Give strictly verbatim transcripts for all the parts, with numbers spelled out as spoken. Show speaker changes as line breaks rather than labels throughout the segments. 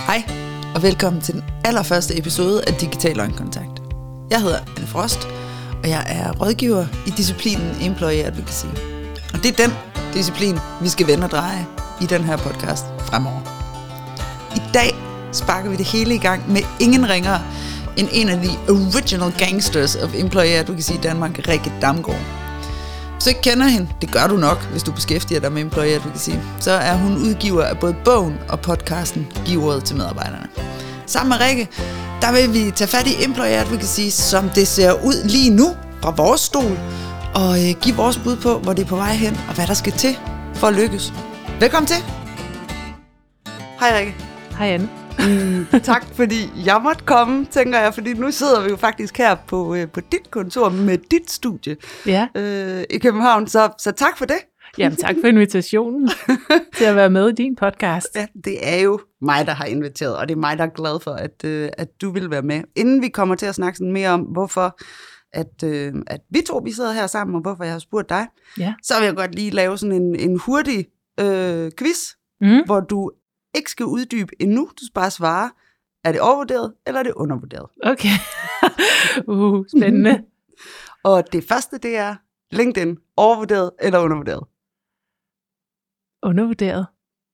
Hej, og velkommen til den allerførste episode af Digital Øjenkontakt. Jeg hedder Anne Frost, og jeg er rådgiver i disciplinen Employee Advocacy. Og det er den disciplin, vi skal vende og dreje i den her podcast fremover. I dag sparker vi det hele i gang med ingen ringere end en af de original gangsters of Employee Advocacy i Danmark, Rikke Damgaard. Hvis du ikke kender hende, det gør du nok, hvis du beskæftiger dig med Employee Advocacy, så er hun udgiver af både bogen og podcasten Giv ordet til medarbejderne. Sammen med Rikke, der vil vi tage fat i Employee Advocacy, som det ser ud lige nu fra vores stol, og øh, give vores bud på, hvor det er på vej hen, og hvad der skal til for at lykkes. Velkommen til! Hej Rikke.
Hej Anne.
Mm, tak fordi jeg måtte komme, tænker jeg, fordi nu sidder vi jo faktisk her på, øh, på dit kontor med dit studie
ja.
øh, i København, så, så tak for det.
Jamen tak for invitationen til at være med i din podcast.
Ja, det er jo mig, der har inviteret, og det er mig, der er glad for, at, øh, at du vil være med. Inden vi kommer til at snakke sådan mere om, hvorfor at, øh, at vi to vi sidder her sammen, og hvorfor jeg har spurgt dig,
ja.
så vil jeg godt lige lave sådan en, en hurtig øh, quiz,
mm.
hvor du ikke skal uddybe endnu, du skal bare svare, er det overvurderet, eller er det undervurderet?
Okay. uh, spændende.
Og det første, det er LinkedIn, overvurderet eller undervurderet?
Undervurderet.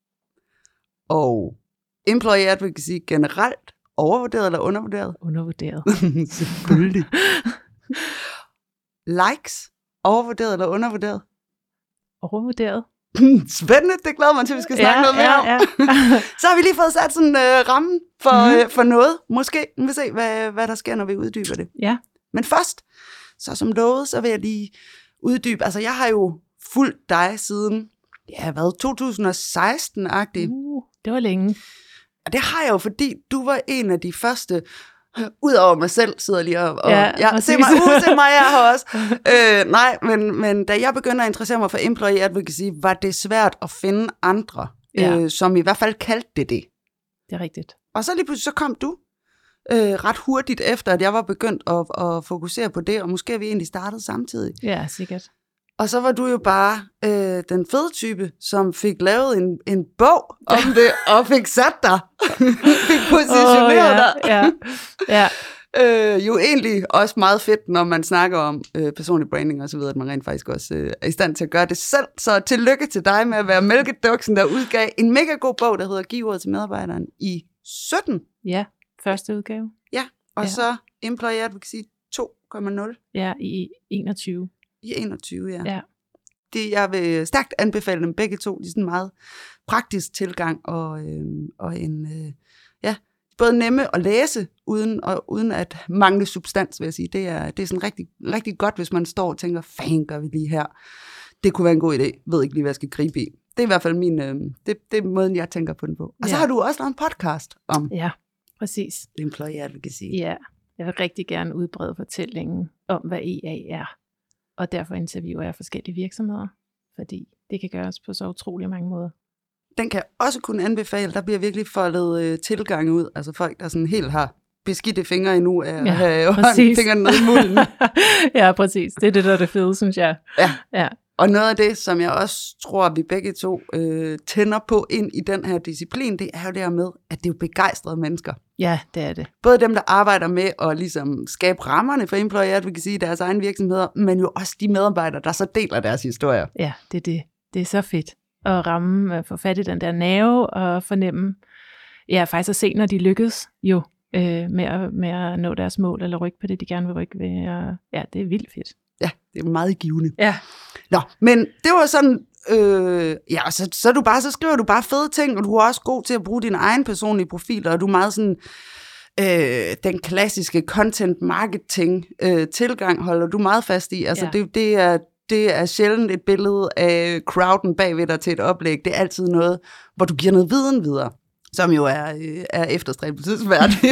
Og Employee Advocacy generelt, overvurderet eller undervurderet?
Undervurderet.
Selvfølgelig. Likes, overvurderet eller undervurderet?
Overvurderet.
Spændende, det glæder mig til, at vi skal snakke
ja,
noget mere
ja,
om.
Ja.
Så har vi lige fået sat sådan en øh, ramme for,
mm-hmm.
øh, for noget. Måske, vi vil se, hvad, hvad der sker, når vi uddyber det.
Ja.
Men først, så som lovet, så vil jeg lige uddybe. Altså, jeg har jo fulgt dig siden, ja, hvad, to tusind og seksten-agtigt.
Uh, det var længe.
Og det har jeg jo, fordi du var en af de første, udover mig selv, sidder lige og, og
ja,
ja, se mig, uh, se mig, jeg er her også. øh, nej, men, men da jeg begyndte at interessere mig for Employee Advocacy, var det svært at finde andre, ja. øh, som i hvert fald kaldte det det.
Det er rigtigt.
Og så lige pludselig, så kom du øh, ret hurtigt efter, at jeg var begyndt at, at fokusere på det, og måske vi egentlig startede samtidig.
Ja, sikkert.
Og så var du jo bare øh, den fede type, som fik lavet en, en bog om det, og fik sat dig, fik positioneret
oh, ja,
dig.
Ja, ja.
øh, jo egentlig også meget fedt, når man snakker om øh, personlig branding og så videre, at man rent faktisk også øh, er i stand til at gøre det selv. Så tillykke til dig med at være mælkeduksen, der udgav en mega god bog, der hedder Giv ordet til medarbejderen i sytten.
Ja, første udgave.
Ja, og
ja.
så Employee Advocacy to punkt nul.
Ja, i enogtyve.
I enogtyve, ja.
Ja.
Det, jeg vil stærkt anbefale dem begge to. Det er sådan en meget praktisk tilgang, og, øh, og en, øh, ja, både nemme at læse, uden, og, uden at mangle substans, vil jeg sige. Det er, det er sådan rigtig, rigtig godt, hvis man står og tænker, fanden gør vi lige her. Det kunne være en god idé. Jeg ved ikke lige, hvad jeg skal gribe i. Det er i hvert fald min, øh, det, det er måden, jeg tænker på den på. Og ja. Så har du også lavet en podcast om
ja, præcis.
Employee Advocacy.
Ja, jeg vil rigtig gerne udbrede fortællingen om, hvad E A er. Og derfor interviewer jeg forskellige virksomheder, fordi det kan gøres på så utrolig mange måder.
Den kan jeg også kunne anbefale. Der bliver virkelig foldet øh, tilgang ud. Altså folk, der sådan helt har beskidte fingre endnu af
ja,
at have fingrene nede i mulden.
Ja, præcis. Det er det, der er det fede, synes jeg.
Ja.
Ja.
Og noget af det, som jeg også tror, vi begge to øh, tænder på ind i den her disciplin, det er jo det her med, at det er jo begejstrede mennesker.
Ja, det er det.
Både dem, der arbejder med at ligesom skabe rammerne for Employee Advocacy i deres egne virksomheder, men jo også de medarbejdere, der så deler deres historier.
Ja, det er det. Det er så fedt at ramme, få fat i den der nerve og fornemme, ja, faktisk at se, når de lykkes jo øh, med, at, med at nå deres mål, eller rykke på det, de gerne vil rykke ved. Og, ja, det er vildt fedt.
Ja, det er meget givende.
Ja.
Nå, men det var sådan, øh, ja, så, så, du bare, så skriver du bare fede ting, og du er også god til at bruge din egen personlige profil, og du er meget sådan, øh, den klassiske content marketing øh, tilgang holder du meget fast i. Altså, ja. det, det, er, det er sjældent et billede af crowden bagved dig til et oplæg. Det er altid noget, hvor du giver noget viden videre, som jo er, øh, er efterstræbelsesværdigt.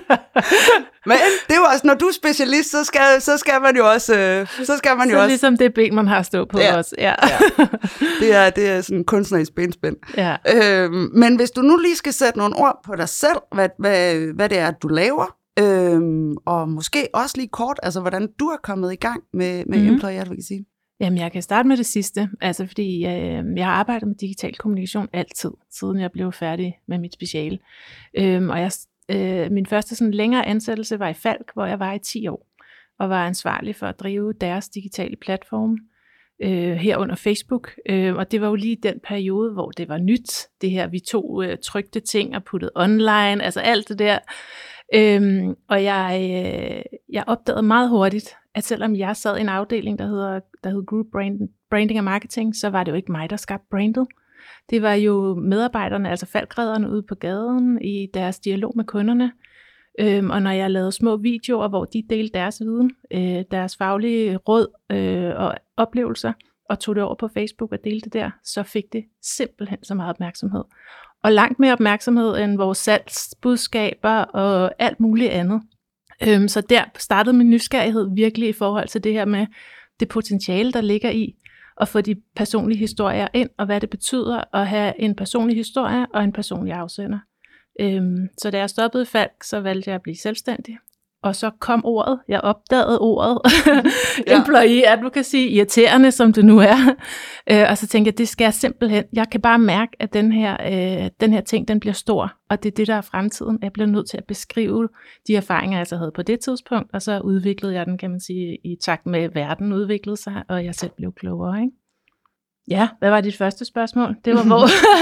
Men det er jo også, når du er specialist, så skal, så skal man jo også... Øh, så skal man
så
jo også,
ligesom det ben, man har stået på
ja,
også. Ja.
Ja. Det, er, det er sådan en kunstnerisk benspænd.
Ja.
Øhm, men hvis du nu lige skal sætte nogle ord på dig selv, hvad, hvad, hvad det er, du laver, øhm, og måske også lige kort, altså hvordan du er kommet i gang med, med mm-hmm. Employee Advocacy.
Jamen, jeg kan starte med det sidste, altså fordi øh, jeg har arbejdet med digital kommunikation altid, siden jeg blev færdig med mit speciale. Øhm, og jeg, øh, min første sådan længere ansættelse var i Falck, hvor jeg var i ti år, og var ansvarlig for at drive deres digitale platform, øh, herunder Facebook. Øh, og det var jo lige den periode, hvor det var nyt, det her, vi tog øh, trykte ting og puttede online, altså alt det der. Øhm, og jeg, øh, jeg opdagede meget hurtigt, at selvom jeg sad i en afdeling, der hedder, der hedder Group Brand, Branding og Marketing, så var det jo ikke mig, der skabte brandet. Det var jo medarbejderne, altså Falck-redderne ude på gaden i deres dialog med kunderne. Øhm, og når jeg lavede små videoer, hvor de delte deres viden, øh, deres faglige råd øh, og oplevelser, og tog det over på Facebook og delte det der, så fik det simpelthen så meget opmærksomhed. Og langt mere opmærksomhed end vores salgsbudskaber og alt muligt andet. Øhm, så der startede min nysgerrighed virkelig i forhold til det her med det potentiale, der ligger i at få de personlige historier ind, og hvad det betyder at have en personlig historie og en personlig afsender. Øhm, så da jeg stoppede i Falck, så valgte jeg at blive selvstændig. Og så kom ordet, jeg opdagede ordet, ja. Employee advocacy, irriterende som det nu er. Øh, og så tænkte jeg, det skal jeg simpelthen, jeg kan bare mærke, at den her, øh, den her ting, den bliver stor, og det er det, der er fremtiden. Jeg bliver nødt til at beskrive de erfaringer, jeg så havde på det tidspunkt, og så udviklede jeg den, kan man sige, i takt med, at verden udviklede sig, og jeg selv blev klogere, ikke? Ja, hvad var dit første spørgsmål? Det var hvor?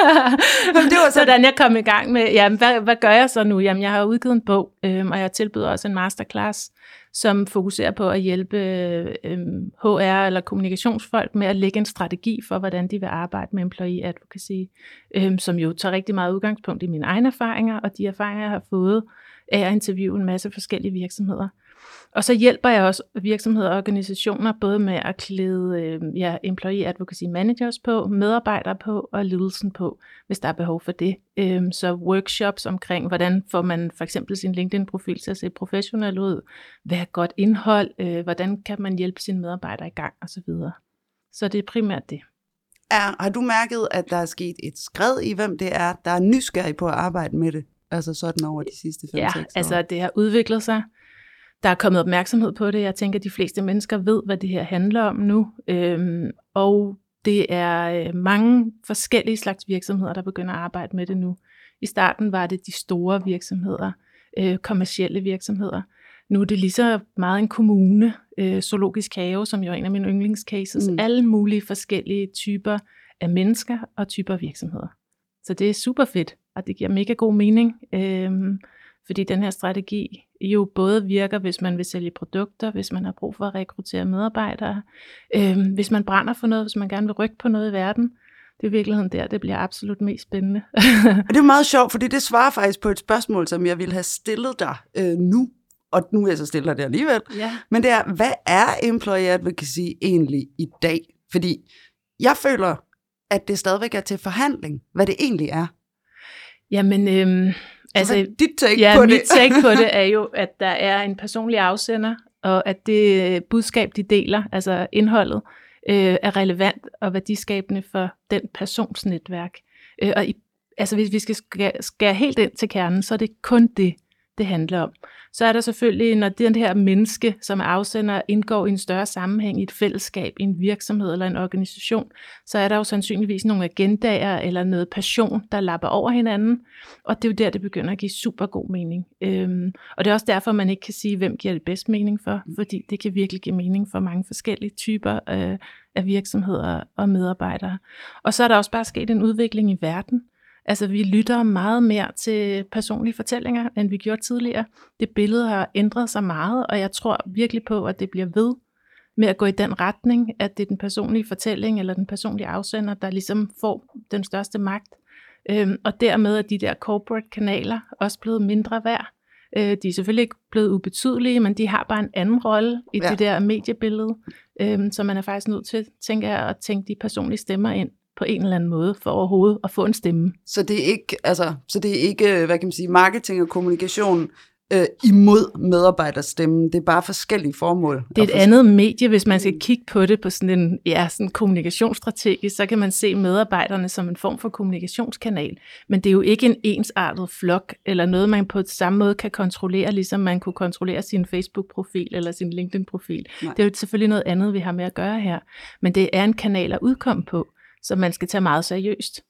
det var sådan, jeg kom i gang med, jamen, hvad, hvad gør jeg så nu? Jamen, jeg har udgivet en bog, øhm, og jeg tilbyder også en masterclass, som fokuserer på at hjælpe øhm, H R eller kommunikationsfolk med at lægge en strategi for, hvordan de vil arbejde med employee advocacy, øhm, som jo tager rigtig meget udgangspunkt i mine egne erfaringer, og de erfaringer, jeg har fået af at interviewe en masse forskellige virksomheder. Og så hjælper jeg også virksomheder og organisationer både med at klæde øh, ja, employee advocacy managers på, medarbejdere på og ledelsen på, hvis der er behov for det. Øh, så workshops omkring, hvordan får man for eksempel sin LinkedIn-profil til at se professionel ud, hvad er godt indhold, øh, hvordan kan man hjælpe sine medarbejdere i gang osv. Så, så det er primært det.
Er, har du mærket, at der er sket et skred i, hvem det er, der er nysgerrig på at arbejde med det? Altså sådan over de sidste fem seks
ja,
år? Ja,
altså det har udviklet sig. Der er kommet opmærksomhed på det. Jeg tænker, at de fleste mennesker ved, hvad det her handler om nu. Øhm, og det er mange forskellige slags virksomheder, der begynder at arbejde med det nu. I starten var det de store virksomheder, øh, kommercielle virksomheder. Nu er det lige så meget en kommune, øh, Zoologisk Have, som jo er en af mine yndlingscases. Mm. Alle mulige forskellige typer af mennesker og typer af virksomheder. Så det er super fedt, og det giver mega god mening. Øhm, Fordi den her strategi jo både virker, hvis man vil sælge produkter, hvis man har brug for at rekruttere medarbejdere, øh, hvis man brænder for noget, hvis man gerne vil rykke på noget i verden. Det er i virkeligheden der, det bliver absolut mest spændende.
Og det er meget sjovt, fordi det svarer faktisk på et spørgsmål, som jeg ville have stillet dig øh, nu, og nu vil jeg så stille dig det alligevel.
Ja.
Men det er, hvad er employee advocacy egentlig i dag? Fordi jeg føler, at det stadigvæk er til forhandling, hvad det egentlig er.
Jamen... Øh...
Altså, dit take
ja,
på
mit
det?
take på det er jo, at der er en personlig afsender, og at det budskab, de deler, altså indholdet, øh, er relevant og værdiskabende for den persons netværk. Øh, og i, altså, hvis vi skal skære helt ind til kernen, så er det kun det, det handler om. Så er der selvfølgelig, når den her menneske, som er afsender, indgår i en større sammenhæng i et fællesskab, i en virksomhed eller en organisation, så er der jo sandsynligvis nogle agendaer eller noget passion, der lapper over hinanden, og det er jo der, det begynder at give super god mening. Øhm, og det er også derfor, man ikke kan sige, hvem giver det bedst mening for, fordi det kan virkelig give mening for mange forskellige typer øh, af virksomheder og medarbejdere. Og så er der også bare sket en udvikling i verden. Altså, vi lytter meget mere til personlige fortællinger, end vi gjorde tidligere. Det billede har ændret sig meget, og jeg tror virkelig på, at det bliver ved med at gå i den retning, at det er den personlige fortælling eller den personlige afsender, der ligesom får den største magt. Øhm, og dermed er de der corporate kanaler også blevet mindre værd. Øh, de er selvfølgelig ikke blevet ubetydelige, men de har bare en anden rolle i ja. det der mediebillede. Øhm, så man er faktisk nødt til, tænker jeg, at tænke de personlige stemmer ind på en eller anden måde, for overhovedet at få en stemme.
Så det er ikke, altså, så det er ikke, hvad kan man sige, marketing og kommunikation øh, imod medarbejderstemmen. Det er bare forskellige formål.
Det er et
for...
andet medie, hvis man skal kigge på det på sådan en ja, sådan kommunikationsstrategisk, så kan man se medarbejderne som en form for kommunikationskanal. Men det er jo ikke en ensartet flok, eller noget, man på samme måde kan kontrollere, ligesom man kunne kontrollere sin Facebook-profil eller sin LinkedIn-profil. Nej. Det er jo selvfølgelig noget andet, vi har med at gøre her. Men det er en kanal at udkomme på, som man skal tage meget seriøst.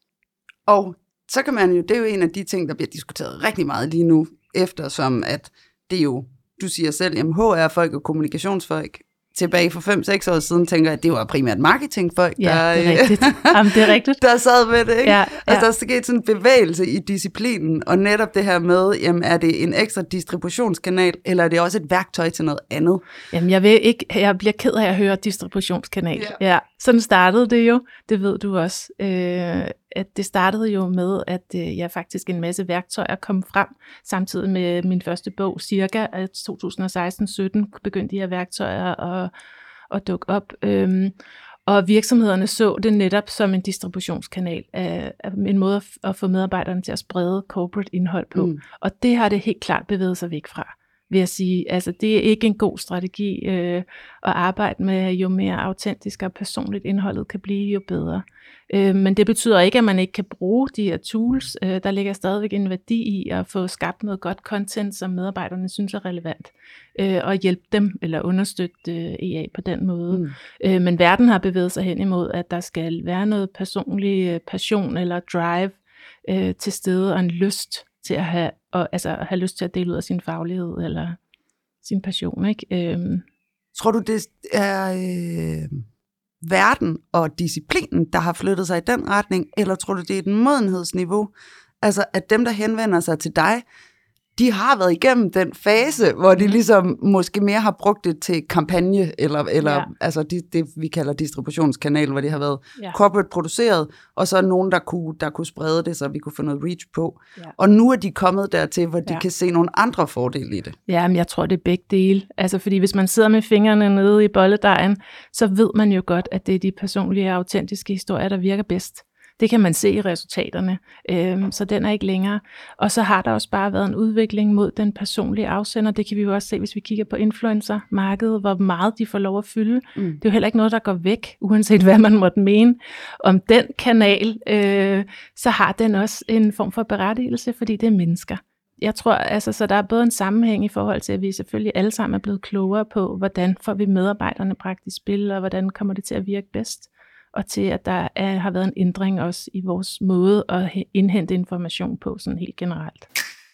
Og så kan man jo, det er jo en af de ting, der bliver diskuteret rigtig meget lige nu, eftersom at det er jo, du siger selv, jamen H R-folk og kommunikationsfolk, tilbage for fem seks år siden, tænker jeg, at det var primært marketingfolk,
ja,
der,
det er rigtigt. Jamen, det er rigtigt.
der sad med det, ikke?
Ja, ja.
Altså, der er sket sådan en bevægelse i disciplinen, og netop det her med, jamen, er det en ekstra distributionskanal, eller er det også et værktøj til noget andet?
Jamen, jeg vil ikke, jeg bliver ked af at høre distributionskanal. Ja. Ja, sådan startede det jo, det ved du også. Øh, at det startede jo med, at øh, jeg faktisk en masse værktøjer kom frem, samtidig med min første bog, cirka to tusind og seksten sytten, begyndte de her værktøjer at, at dukke op. Øhm, og virksomhederne så det netop som en distributionskanal, af, af en måde at, at få medarbejderne til at sprede corporate indhold på. Mm. Og det har det helt klart bevæget sig væk fra, vil jeg sige. Altså, det er ikke en god strategi øh, at arbejde med. Jo mere autentisk og personligt indholdet kan blive, jo bedre. Øh, men det betyder ikke, at man ikke kan bruge de her tools. Øh, der ligger stadigvæk en værdi i at få skabt noget godt content, som medarbejderne synes er relevant. Øh, og hjælpe dem, eller understøtte øh, E A på den måde. Mm. Øh, men verden har bevæget sig hen imod, at der skal være noget personlig øh, passion eller drive øh, til stede, og en lyst til at have, og, altså, at have lyst til at dele ud af sin faglighed, eller sin passion, ikke? Øhm.
Tror du, det er øh, verden og disciplinen, der har flyttet sig i den retning, eller tror du, det er et modenhedsniveau? Altså, at dem, der henvender sig til dig, de har været igennem den fase, hvor de ligesom måske mere har brugt det til kampagne, eller, eller ja. altså det, det, vi kalder distributionskanal, hvor det har været ja. corporate produceret, og så er nogen, der kunne, der kunne sprede det, så vi kunne få noget reach på. Ja. Og nu er de kommet dertil, hvor de ja. kan se nogle andre fordele i det.
Ja, men jeg tror, det er begge dele. Altså, fordi hvis man sidder med fingrene nede i bolledejen, så ved man jo godt, at det er de personlige og autentiske historier, der virker bedst. Det kan man se i resultaterne, øhm, så den er ikke længere. Og så har der også bare været en udvikling mod den personlige afsender. Det kan vi jo også se, hvis vi kigger på influencer-markedet, hvor meget de får lov at fylde. Mm. Det er jo heller ikke noget, der går væk, uanset hvad man måtte mene om den kanal. Øh, så har den også en form for berettigelse, fordi det er mennesker. Jeg tror, altså, så der er både en sammenhæng i forhold til, at vi selvfølgelig alle sammen er blevet klogere på, hvordan får vi medarbejderne praktisk spil, og hvordan kommer det til at virke bedst. Og til, at der er, har været en ændring også i vores måde at indhente information på, sådan helt generelt.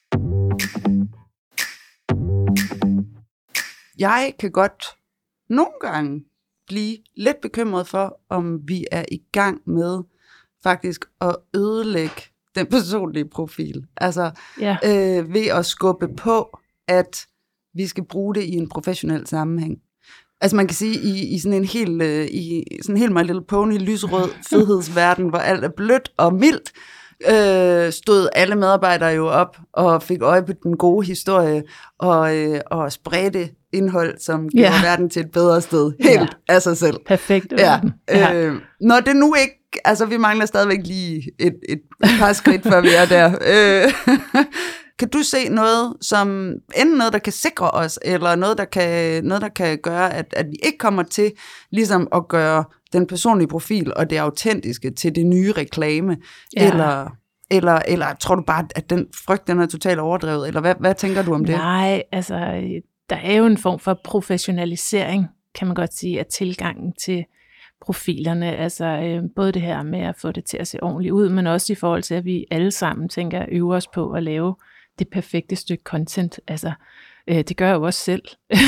Jeg kan godt nogle gange blive lidt bekymret for, om vi er i gang med faktisk at ødelægge den personlige profil. Altså ja. øh, ved at skubbe på, at vi skal bruge det i en professionel sammenhæng. Altså man kan sige, i, i sådan en helt, øh, i sådan en helt My Little Pony lysrød fedhedsverden, hvor alt er blødt og mildt, øh, stod alle medarbejdere jo op og fik øje på den gode historie og, øh, og spredte indhold, som gjorde ja. verden til et bedre sted, helt ja. af sig selv.
Perfekt.
Ja. Øh, når det nu ikke, altså vi mangler stadigvæk lige et, et par skridt, før vi er der. Øh, Kan du se noget, som enten noget, der kan sikre os, eller noget, der kan, noget, der kan gøre, at, at vi ikke kommer til ligesom at gøre den personlige profil og det autentiske til det nye reklame? Ja. Eller, eller, eller tror du bare, at den frygt, den er totalt overdrevet? Eller hvad, hvad tænker du om det?
Nej, altså, der er jo en form for professionalisering, kan man godt sige, af tilgangen til profilerne, altså øh, både det her med at få det til at se ordentligt ud, men også i forhold til, at vi alle sammen tænker at øve os på at lave det perfekte stykke content. Altså, øh, det gør jeg jo også selv.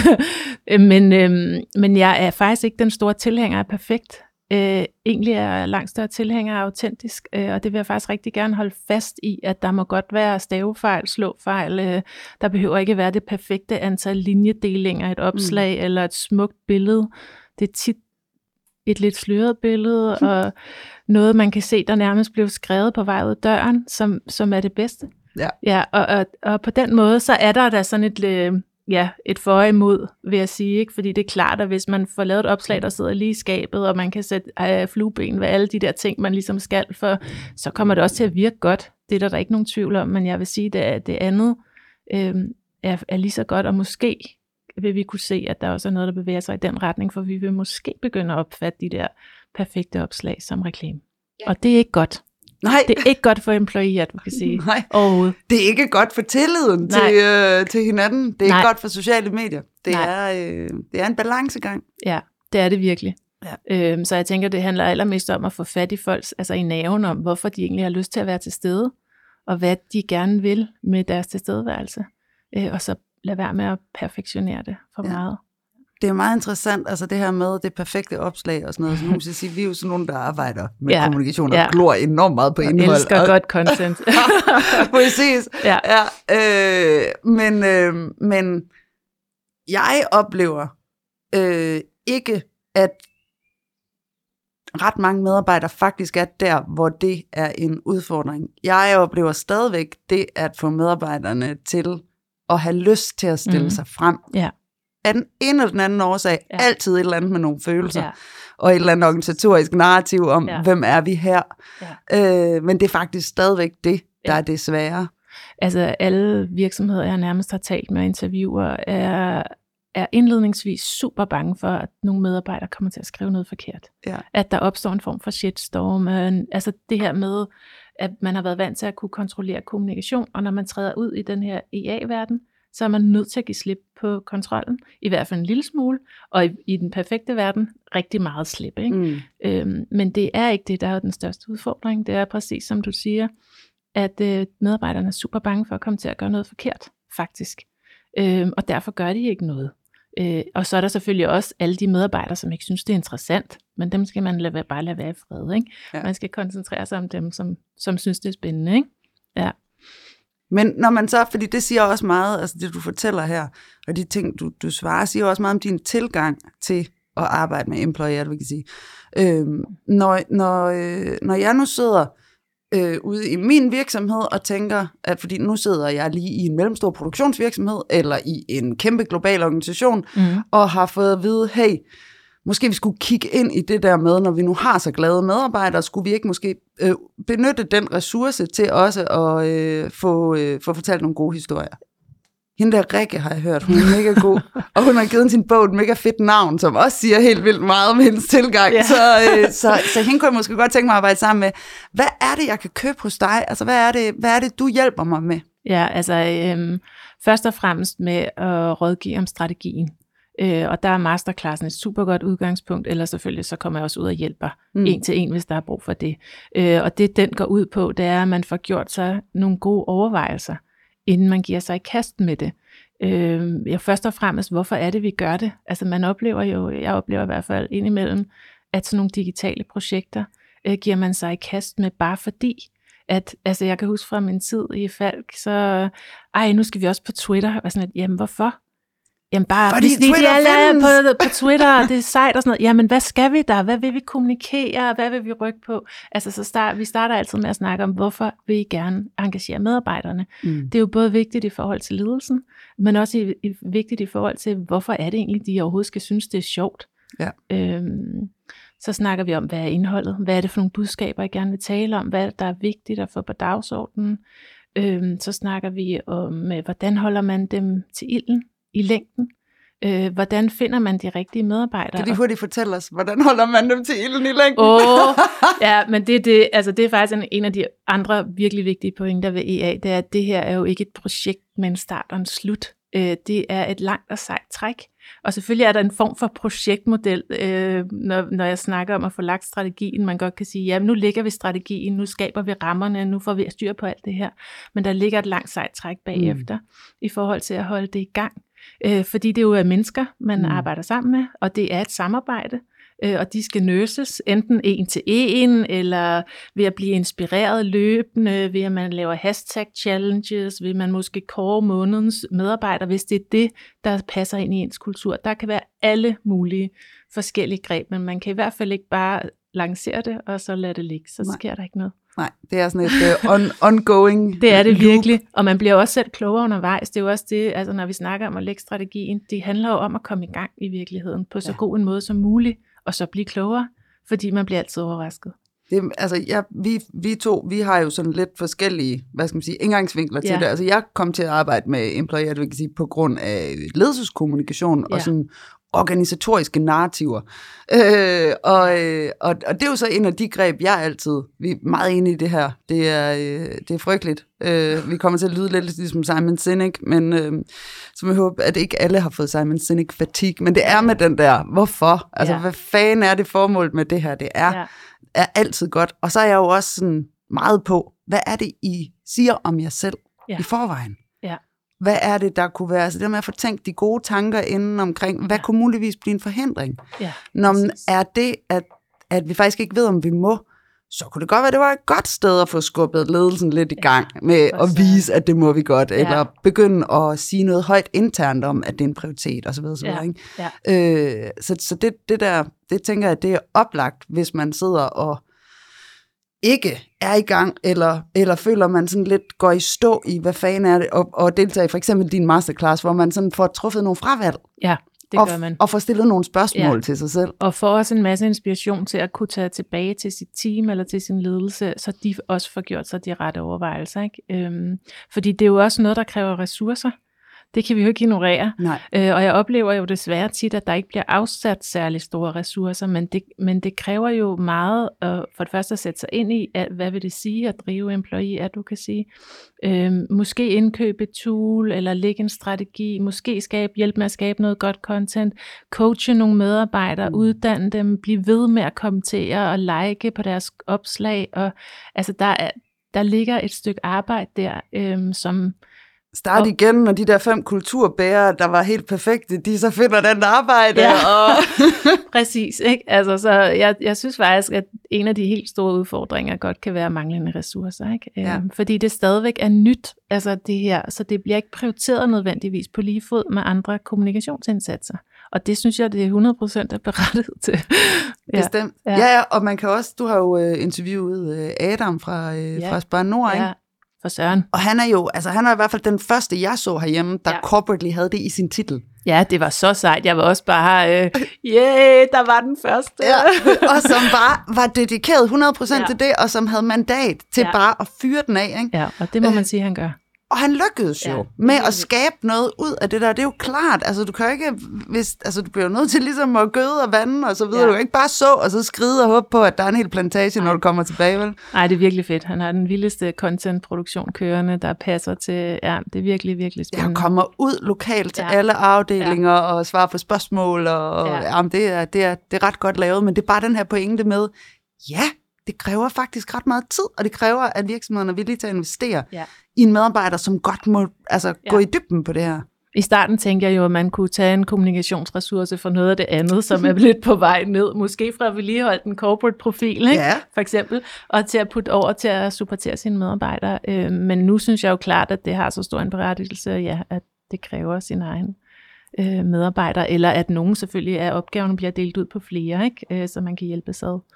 men, øh, men jeg er faktisk ikke den store tilhænger af perfekt. Øh, egentlig er jeg langt større tilhænger af autentisk, øh, og det vil jeg faktisk rigtig gerne holde fast i, at der må godt være stavefejl, slåfejl. Øh, der behøver ikke være det perfekte antal linjedelinger, et opslag mm. eller et smukt billede. Det er tit et lidt sløret billede, og noget, man kan se, der nærmest blev skrevet på vej ud af døren, som, som er det bedste. Ja. Ja, og, og, og på den måde, så er der da sådan et, øh, ja, et for imod, vil jeg sige, ikke? Fordi det er klart, at hvis man får lavet et opslag, der sidder lige i skabet, og man kan sætte øh, flueben ved alle de der ting, man ligesom skal for, så kommer det også til at virke godt. Det er der, der ikke nogen tvivl om, men jeg vil sige, det er det andet, øh, er, er lige så godt, og måske vil vi kunne se, at der også er noget, der bevæger sig i den retning, for vi vil måske begynde at opfatte de der perfekte opslag som reklame. Ja. Og det er ikke godt.
Nej.
Det er ikke godt for employee advocacy.
Nej.
Overhovedet.
Det er ikke godt for tilliden til, øh, til hinanden. Det er
Nej.
ikke godt for sociale medier. Det er, øh, det er en balancegang.
Ja, det er det virkelig.
Ja.
Øhm, så jeg tænker, det handler allermest om at få fat i folks, altså i nerven om, hvorfor de egentlig har lyst til at være til stede, og hvad de gerne vil med deres tilstedeværelse. Øh, og så lad være med at perfektionere det for ja. meget.
Det er meget interessant, altså det her med det perfekte opslag og sådan noget. Så nu skal sige, vi er jo sådan nogen, der arbejder med ja. kommunikation og ja. glor enormt meget på indhold.
Jeg elsker og godt content.
Præcis.
Ja.
Ja, øh, men, øh, men jeg oplever øh, ikke, at ret mange medarbejdere faktisk er der, hvor det er en udfordring. Jeg oplever stadigvæk det at få medarbejderne til at have lyst til at stille mm. sig frem.
Ja.
Af den ene eller den anden årsag, ja. altid et eller andet med nogle følelser,
ja.
og et eller andet organisatorisk narrativ om, ja. hvem er vi her. Ja. Øh, men det er faktisk stadigvæk det, der ja. er det svære.
Altså alle virksomheder, jeg nærmest har talt med interviewer, er, er indledningsvis super bange for, at nogle medarbejdere kommer til at skrive noget forkert. Ja. At der opstår en form for shitstorm. Altså det her med, at man har været vant til at kunne kontrollere kommunikation, og når man træder ud i den her E A-verden, så er man nødt til at give slip på kontrollen, i hvert fald en lille smule, og i, i den perfekte verden rigtig meget slip. Ikke? Mm. Øhm, men det er ikke det, der er den største udfordring. Det er præcis som du siger, at øh, medarbejderne er super bange for at komme til at gøre noget forkert, faktisk. Øhm, og derfor gør de ikke noget. Øh, og så er der selvfølgelig også alle de medarbejdere, som ikke synes, det er interessant, men dem skal man lade, bare lade være i fred. Ikke? Ja. Man skal koncentrere sig om dem, som, som synes, det er spændende. Ikke? Ja.
Men når man så, fordi det siger også meget, altså det du fortæller her, og de ting du, du svarer, siger også meget om din tilgang til at arbejde med employee advocacy. Øhm, når, når, øh, når jeg nu sidder øh, ude i min virksomhed og tænker, at fordi nu sidder jeg lige i en mellemstor produktionsvirksomhed, eller i en kæmpe global organisation, mm. og har fået at vide, hey, måske vi skulle kigge ind i det der med, når vi nu har så glade medarbejdere, skulle vi ikke måske øh, benytte den ressource til også at øh, få, øh, få fortalt nogle gode historier. Hende der Rikke har jeg hørt, hun er mega god, og hun har givet sin bog et mega fedt navn, som også siger helt vildt meget om hendes tilgang, yeah. så, øh, så, så hende kunne jeg måske godt tænke mig at arbejde sammen med. Hvad er det, jeg kan købe hos dig? Altså, hvad er det, hvad er det du hjælper mig med?
Ja, altså øhm, først og fremmest med at rådgive om strategien. Øh, og der er masterklassen et super godt udgangspunkt, eller selvfølgelig så kommer jeg også ud og hjælper mm. en til en, hvis der er brug for det. Øh, og det den går ud på, det er, at man får gjort sig nogle gode overvejelser, inden man giver sig i kast med det. Øh, ja, først og fremmest, hvorfor er det, vi gør det? Altså man oplever jo, jeg oplever i hvert fald indimellem, at sådan nogle digitale projekter øh, giver man sig i kast med, bare fordi, at, altså jeg kan huske fra min tid i Falck, så, ej, nu skal vi også på Twitter, og sådan at, jamen hvorfor? Jamen bare,
fordi
hvis de er på, på Twitter, det er sejt og sådan noget. Jamen hvad skal vi der? Hvad vil vi kommunikere? Hvad vil vi rykke på? Altså så start, vi starter altid med at snakke om, hvorfor vil I gerne engagere medarbejderne? Mm. Det er jo både vigtigt i forhold til ledelsen, men også i, i, vigtigt i forhold til, hvorfor er det egentlig, de overhovedet skal synes, det er sjovt. Ja. Øhm, så snakker vi om, hvad er indholdet? Hvad er det for nogle budskaber, jeg gerne vil tale om? Hvad der er vigtigt at få på dagsordenen? Øhm, så snakker vi om, hvordan holder man dem til ilden i længden? Øh, hvordan finder man de rigtige medarbejdere?
Kan de hurtigt fortælle os, hvordan holder man dem til ilden i længden?
Åh, oh, ja, men det, det, altså det er faktisk en, en af de andre virkelig vigtige pointer ved E A, det er, at det her er jo ikke et projekt med en start og en slut. Øh, det er et langt og sejt træk. Og selvfølgelig er der en form for projektmodel, øh, når, når jeg snakker om at få lagt strategien. Man godt kan sige, ja, nu lægger vi strategien, nu skaber vi rammerne, nu får vi styr på alt det her. Men der ligger et langt sejt træk bagefter, mm. i forhold til at holde det i gang. Øh, fordi det jo er mennesker, man mm. arbejder sammen med, og det er et samarbejde, øh, og de skal nurses, enten en til en, eller ved at blive inspireret løbende, ved at man laver hashtag challenges, ved man måske kåre månedens medarbejder, hvis det er det, der passer ind i ens kultur. Der kan være alle mulige forskellige greb, men man kan i hvert fald ikke bare lancere det, og så lade det ligge, så Nej. sker der ikke noget.
Nej, det er sådan et uh, on, ongoing
Det er det
loop.
virkelig, og man bliver også selv klogere undervejs. Det er jo også det, altså når vi snakker om at lægge strategien, det handler jo om at komme i gang i virkeligheden, på så ja. god en måde som muligt, og så blive klogere, fordi man bliver altid overrasket.
Det, altså, jeg, vi, vi to, vi har jo sådan lidt forskellige, hvad skal man sige, indgangsvinkler til
Ja.
det. Altså, jeg kom til at arbejde med employee advocacy på grund af ledelseskommunikation ja. og sådan organisatoriske narrativer. Øh, og, øh, og, og det er jo så en af de greb, jeg altid, vi er meget enige i det her, det er, øh, det er frygteligt. Øh, vi kommer til at lyde lidt ligesom Simon Sinek, men øh, så jeg håber, at ikke alle har fået Simon Sinek fatigue, men det er med den der, hvorfor? Altså, ja. hvad fanden er det formål med det her? Det er, ja. er altid godt. Og så er jeg jo også sådan meget på, hvad er det, I siger om jer selv ja. i forvejen?
Ja.
Hvad er det, der kunne være? Altså det med at få tænkt de gode tanker inden omkring, hvad ja. kunne muligvis blive en forhindring?
Ja,
Når man er det, at, at vi faktisk ikke ved, om vi må, så kunne det godt være, at det var et godt sted at få skubbet ledelsen lidt i gang med ja, at vise, at det må vi godt, ja. eller begynde at sige noget højt internt om, at det er en prioritet, osv. Så, videre,
ja.
ikke?
Ja.
Øh, så så det, det der, det tænker jeg, det er oplagt, hvis man sidder og ikke er i gang, eller, eller føler man sådan lidt går i stå i, hvad fanden er det, og, og deltager i for eksempel din masterclass, hvor man sådan får truffet nogle fravalg.
Ja, det
og,
gør man.
Og får stillet nogle spørgsmål
ja.
til sig selv.
Og får også en masse inspiration til at kunne tage tilbage til sit team, eller til sin ledelse, så de også får gjort sig de rette overvejelser. Ikke? Øhm, fordi det er jo også noget, der kræver ressourcer. Det kan vi jo ikke ignorere.
Nej.
Øh, og jeg oplever jo desværre tit, at der ikke bliver afsat særlig store ressourcer, men det, men det kræver jo meget øh, for det første at sætte sig ind i, at, hvad vil det sige at drive employee advocacy. Øh, måske indkøbe et tool, eller lægge en strategi, måske skabe, hjælpe med at skabe noget godt content, coache nogle medarbejdere, mm. uddanne dem, blive ved med at kommentere og like på deres opslag. Og, altså der, er, der ligger et stykke arbejde der, øh, som...
Start igen, når de der fem kulturbærere, der var helt perfekte, de så finder den arbejde.
Ja.
Og
Præcis, ikke? Altså, så jeg, jeg synes faktisk, at en af de helt store udfordringer godt kan være manglende ressourcer, ikke?
Ja.
Øhm, fordi det stadigvæk er nyt, altså det her, så det bliver ikke prioriteret nødvendigvis på lige fod med andre kommunikationsindsatser. Og det synes jeg, det er hundrede procent er berettiget til.
Ja. Bestemt. Ja. ja, og man kan også, du har jo øh, interviewet øh, Adam fra, øh, ja. fra Spar Nord, ikke?
Ja. For Søren.
Og han er jo, altså han er i hvert fald den første, jeg så herhjemme, der ja. corporately havde det i sin titel.
Ja, det var så sejt. Jeg var også bare, øh, yeah, der var den første.
Ja. Og som bare var dedikeret hundrede procent ja. til det, og som havde mandat til ja. bare at fyre den af. Ikke?
Ja, og det må man sige, han gør.
Og han lykkedes jo ja, med at skabe noget ud af det der. Det er jo klart, altså du kan jo ikke, hvis, altså du bliver jo nødt til ligesom at gøde og vande og så videre. Ja. Du kan ikke bare så og så skride og håbe på, at der er en hel plantage, når du kommer tilbage, vel?
Nej, det er virkelig fedt. Han har den vildeste content-produktion kørende, der passer til, ja, det er virkelig, virkelig spændende.
Jeg kommer ud lokalt til ja. alle afdelinger ja. og svarer på spørgsmål, og ja. jamen, det, er, det, er, det er ret godt lavet, men det er bare den her pointe med, ja, det kræver faktisk ret meget tid, og det kræver, at virksomhederne er villige til at investere ja. i en medarbejder, som godt må altså, ja. gå i dybden på det her.
I starten tænkte jeg jo, at man kunne tage en kommunikationsressource for noget af det andet, som er lidt på vej ned. Måske fra at vedligeholde en corporate profil, ikke? Ja. For eksempel, og til at putte over til at supportere sine medarbejdere. Men nu synes jeg jo klart, at det har så stor en berettigelse, ja, at det kræver sin egen medarbejdere, eller at nogen selvfølgelig af opgaverne bliver delt ud på flere, ikke? Så man kan hjælpe sig ad.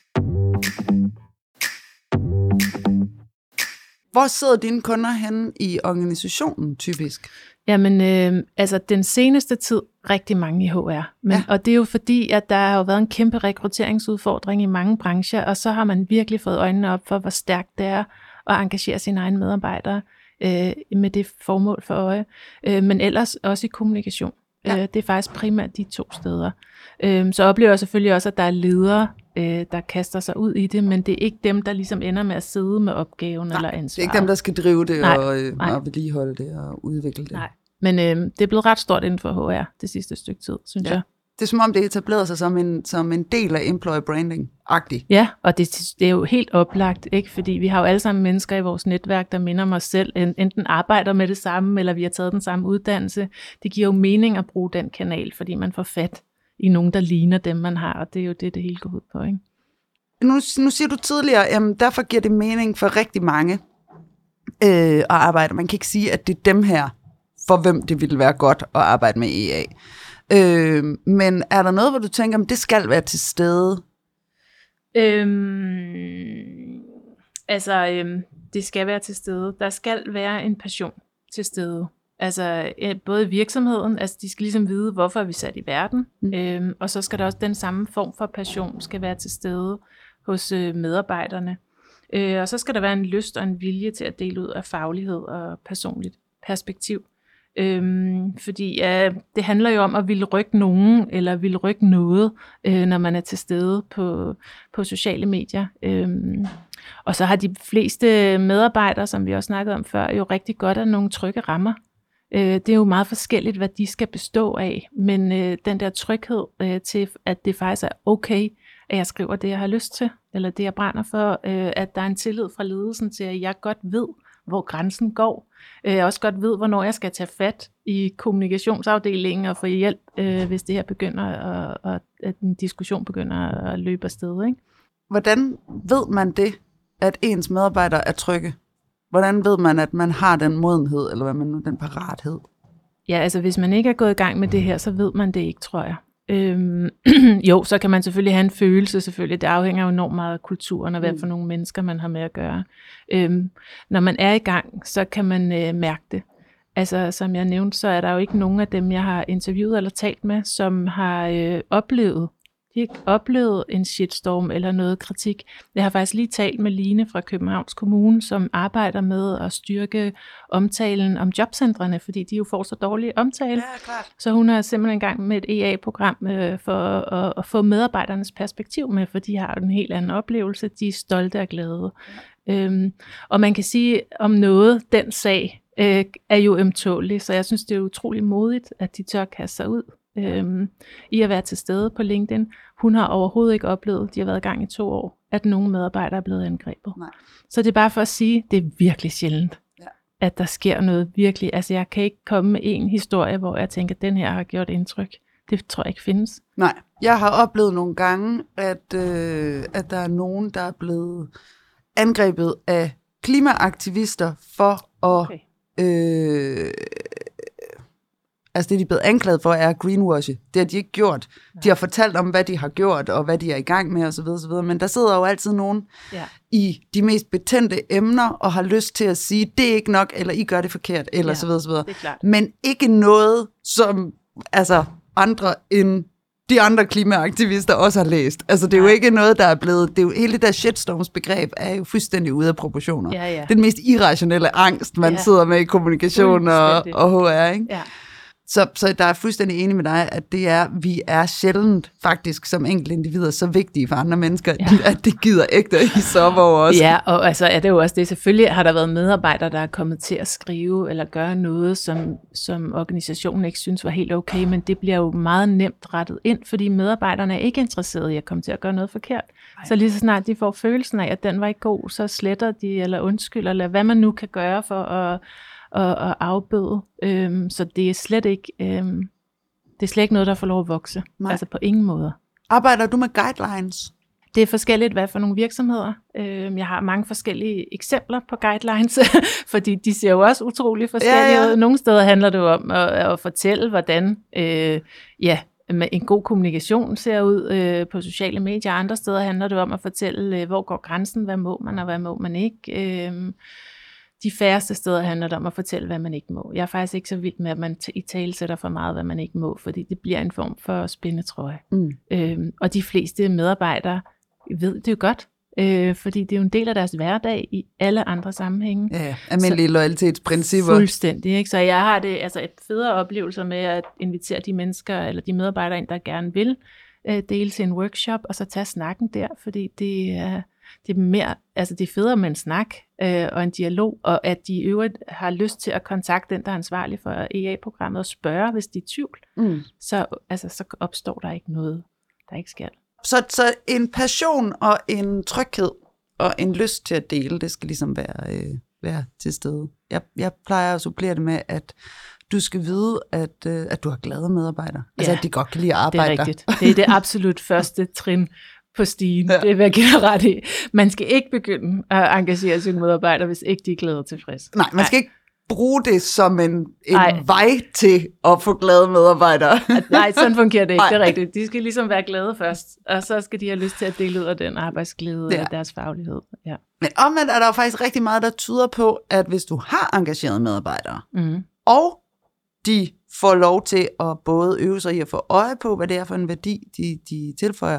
Hvor sidder dine kunder henne i organisationen typisk?
Jamen, øh, altså den seneste tid, rigtig mange i H R. Men, ja. Og det er jo fordi, at der har jo været en kæmpe rekrutteringsudfordring i mange brancher, og så har man virkelig fået øjnene op for, hvor stærkt det er at engagere sine egne medarbejdere øh, med det formål for øje. Øh, men ellers også i kommunikation. Ja. Øh, det er faktisk primært de to steder. Øh, så oplever jeg selvfølgelig også, at der er ledere, øh, der kaster sig ud i det, men det er ikke dem, der ligesom ender med at sidde med opgaven. Nej, eller ansvaret.
Det er ikke dem, der skal drive det
nej,
og, øh,
nej.
og vedligeholde det og udvikle det.
Nej, men øh, det er blevet ret stort inden for H R det sidste stykke tid, synes ja. jeg.
Det er som om, det etablerer sig som en, som en del af employer branding-agtigt.
Ja, og det, det er jo helt oplagt, ikke? Fordi vi har jo alle sammen mennesker i vores netværk, der minder om os selv, enten arbejder med det samme, eller vi har taget den samme uddannelse. Det giver jo mening at bruge den kanal, fordi man får fat i nogen, der ligner dem, man har, og det er jo det, det hele går ud på, ikke?
Nu, nu siger du tidligere, jamen derfor giver det mening for rigtig mange øh, at arbejde. Man kan ikke sige, at det er dem her, for hvem det ville være godt at arbejde med E A. Øh, men er der noget, hvor du tænker, at det skal være til stede?
Øhm, altså, øhm, det skal være til stede. Der skal være en passion til stede. Altså, både i virksomheden, altså de skal ligesom vide, hvorfor er vi sat i verden, mm. øhm, og så skal der også den samme form for passion skal være til stede hos øh, medarbejderne. Øh, og så skal der være en lyst og en vilje til at dele ud af faglighed og personligt perspektiv. Øhm, fordi øh, det handler jo om at ville rykke nogen, eller ville rykke noget, øh, når man er til stede på, på sociale medier. Øhm, og så har de fleste medarbejdere, som vi også snakkede om før, jo rigtig godt af nogle trygge rammer. Øh, det er jo meget forskelligt, hvad de skal bestå af, men øh, den der tryghed øh, til, at det faktisk er okay, at jeg skriver det, jeg har lyst til, eller det, jeg brænder for, øh, at der er en tillid fra ledelsen til, at jeg godt ved, hvor grænsen går. Jeg også godt ved, hvornår jeg skal tage fat i kommunikationsafdelingen og få hjælp, øh, hvis det her begynder, at, at, at en diskussion begynder at løbe afsted. Ikke?
Hvordan ved man det, at ens medarbejdere er trygge? Hvordan ved man, at man har den modenhed, eller hvad man nu, den parathed?
Ja, altså hvis man ikke er gået i gang med det her, så ved man det ikke, tror jeg. Øhm, jo, så kan man selvfølgelig have en følelse, selvfølgelig. Det afhænger jo enormt meget af kulturen og hvad for nogle mennesker, man har med at gøre. Øhm, når man er i gang, så kan man øh, mærke det. Altså, som jeg nævnte, så er der jo ikke nogen af dem, jeg har interviewet eller talt med, som har øh, oplevet, de har oplevet en shitstorm eller noget kritik. Jeg har faktisk lige talt med Line fra Københavns Kommune, som arbejder med at styrke omtalen om jobcentrene, fordi de jo får så dårlig omtale.
Ja, klart.
Så hun er simpelthen i gang med et E A-program øh, for at, at få medarbejdernes perspektiv med, for de har en helt anden oplevelse. De er stolte og glade. Ja. Øhm, og man kan sige om noget, den sag øh, er jo ømtålig, så jeg synes, det er utrolig modigt, at de tør kaste sig ud øhm, i at være til stede på LinkedIn. Hun har overhovedet ikke oplevet, de har været i gang i to år, at nogle medarbejdere er blevet angrebet. Nej. Så det er bare for at sige, det er virkelig sjældent, ja. At der sker noget virkelig. Altså jeg kan ikke komme med en historie, hvor jeg tænker, at den her har gjort indtryk. Det tror jeg ikke findes. Nej,
jeg har oplevet nogle gange, at, øh, at der er nogen, der er blevet angrebet af klimaaktivister for at... Okay. Øh, altså det, de er blevet anklaget for, er greenwashing. Det har de ikke gjort. Ja. De har fortalt om, hvad de har gjort, og hvad de er i gang med, osv. osv. Men der sidder jo altid nogen ja. I de mest betændte emner, og har lyst til at sige, det er ikke nok, eller I gør det forkert, eller ja, så videre, så videre. Men ikke noget, som altså andre end de andre klimaaktivister også har læst. Altså det er jo ikke noget, der er blevet... Det er jo, hele det der shitstorms-begreb er jo fuldstændig ude af proportioner. Ja, ja. Den mest irrationelle angst, man ja. sidder med i kommunikation og, og H R, ikke? Ja. Så, så der er fuldstændig enig med dig, at det er, vi er sjældent faktisk som enkelte individer så vigtige for andre mennesker, ja. At det gider ægte i sommer også.
Ja, og altså er det jo også det. Selvfølgelig har der været medarbejdere, der er kommet til at skrive eller gøre noget, som, som organisationen ikke synes var helt okay, men det bliver jo meget nemt rettet ind, fordi medarbejderne er ikke interesserede i at komme til at gøre noget forkert. Ej. Så lige så snart de får følelsen af, at den var ikke god, så sletter de eller undskylder, eller hvad man nu kan gøre for at og, og afbøde. Øhm, så det er slet ikke øhm, det er slet ikke noget, der får lov at vokse. Nej. Altså på ingen måde.
Arbejder du med guidelines?
Det er forskelligt, hvad for nogle virksomheder. Øhm, jeg har mange forskellige eksempler på guidelines, fordi de ser jo også utrolig forskellige ud. Ja, ja. Nogle steder handler det jo om at, at fortælle, hvordan øh, ja, en god kommunikation ser ud øh, på sociale medier. Andre steder handler det om at fortælle, øh, hvor går grænsen, hvad må man og hvad må man ikke. Øh, De færreste steder handler det om at fortælle, hvad man ikke må. Jeg er faktisk ikke så vild med, at man i tale sætter for meget, hvad man ikke må, fordi det bliver en form for spændetrøje. Mm. Øhm, og de fleste medarbejdere ved det jo godt, øh, fordi det er jo en del af deres hverdag i alle andre sammenhænge.
Ja, almindelige loyalitetsprincipper.
Fuldstændig, ikke? Så jeg har det altså et federe oplevelser med at invitere de mennesker, eller de medarbejdere ind, der gerne vil øh, dele til en workshop, og så tage snakken der, fordi det er... Det er mere, altså det er federe med en snak øh, og en dialog, og at de i øvrigt har lyst til at kontakte den, der er ansvarlig for E A-programmet, og spørge, hvis de er i tvivl. Mm. Så, altså, så opstår der ikke noget, der ikke skal.
Så, så en passion og en tryghed og en lyst til at dele, det skal ligesom være, øh, være til stede. Jeg, jeg plejer at supplere det med, at du skal vide, at, øh, at du har glade medarbejdere. Altså, ja, at de godt kan lide at arbejde.
Det er rigtigt. Det er det absolut første trin på stigen. Ja. Det vil jeg give dig ret i. Man skal ikke begynde at engagere sine medarbejdere, hvis ikke de er glade og tilfredse.
Nej, man skal Nej. ikke bruge det som en, en vej til at få glade medarbejdere.
Nej, sådan fungerer det ikke. Nej. Det er rigtigt. De skal ligesom være glade først, og så skal de have lyst til at dele ud af den arbejdsglæde ja. Og deres faglighed. Ja.
Men omvendt er der jo faktisk rigtig meget, der tyder på, at hvis du har engagerede medarbejdere, mm. og de får lov til at både øve sig i at få øje på, hvad det er for en værdi, de, de tilføjer,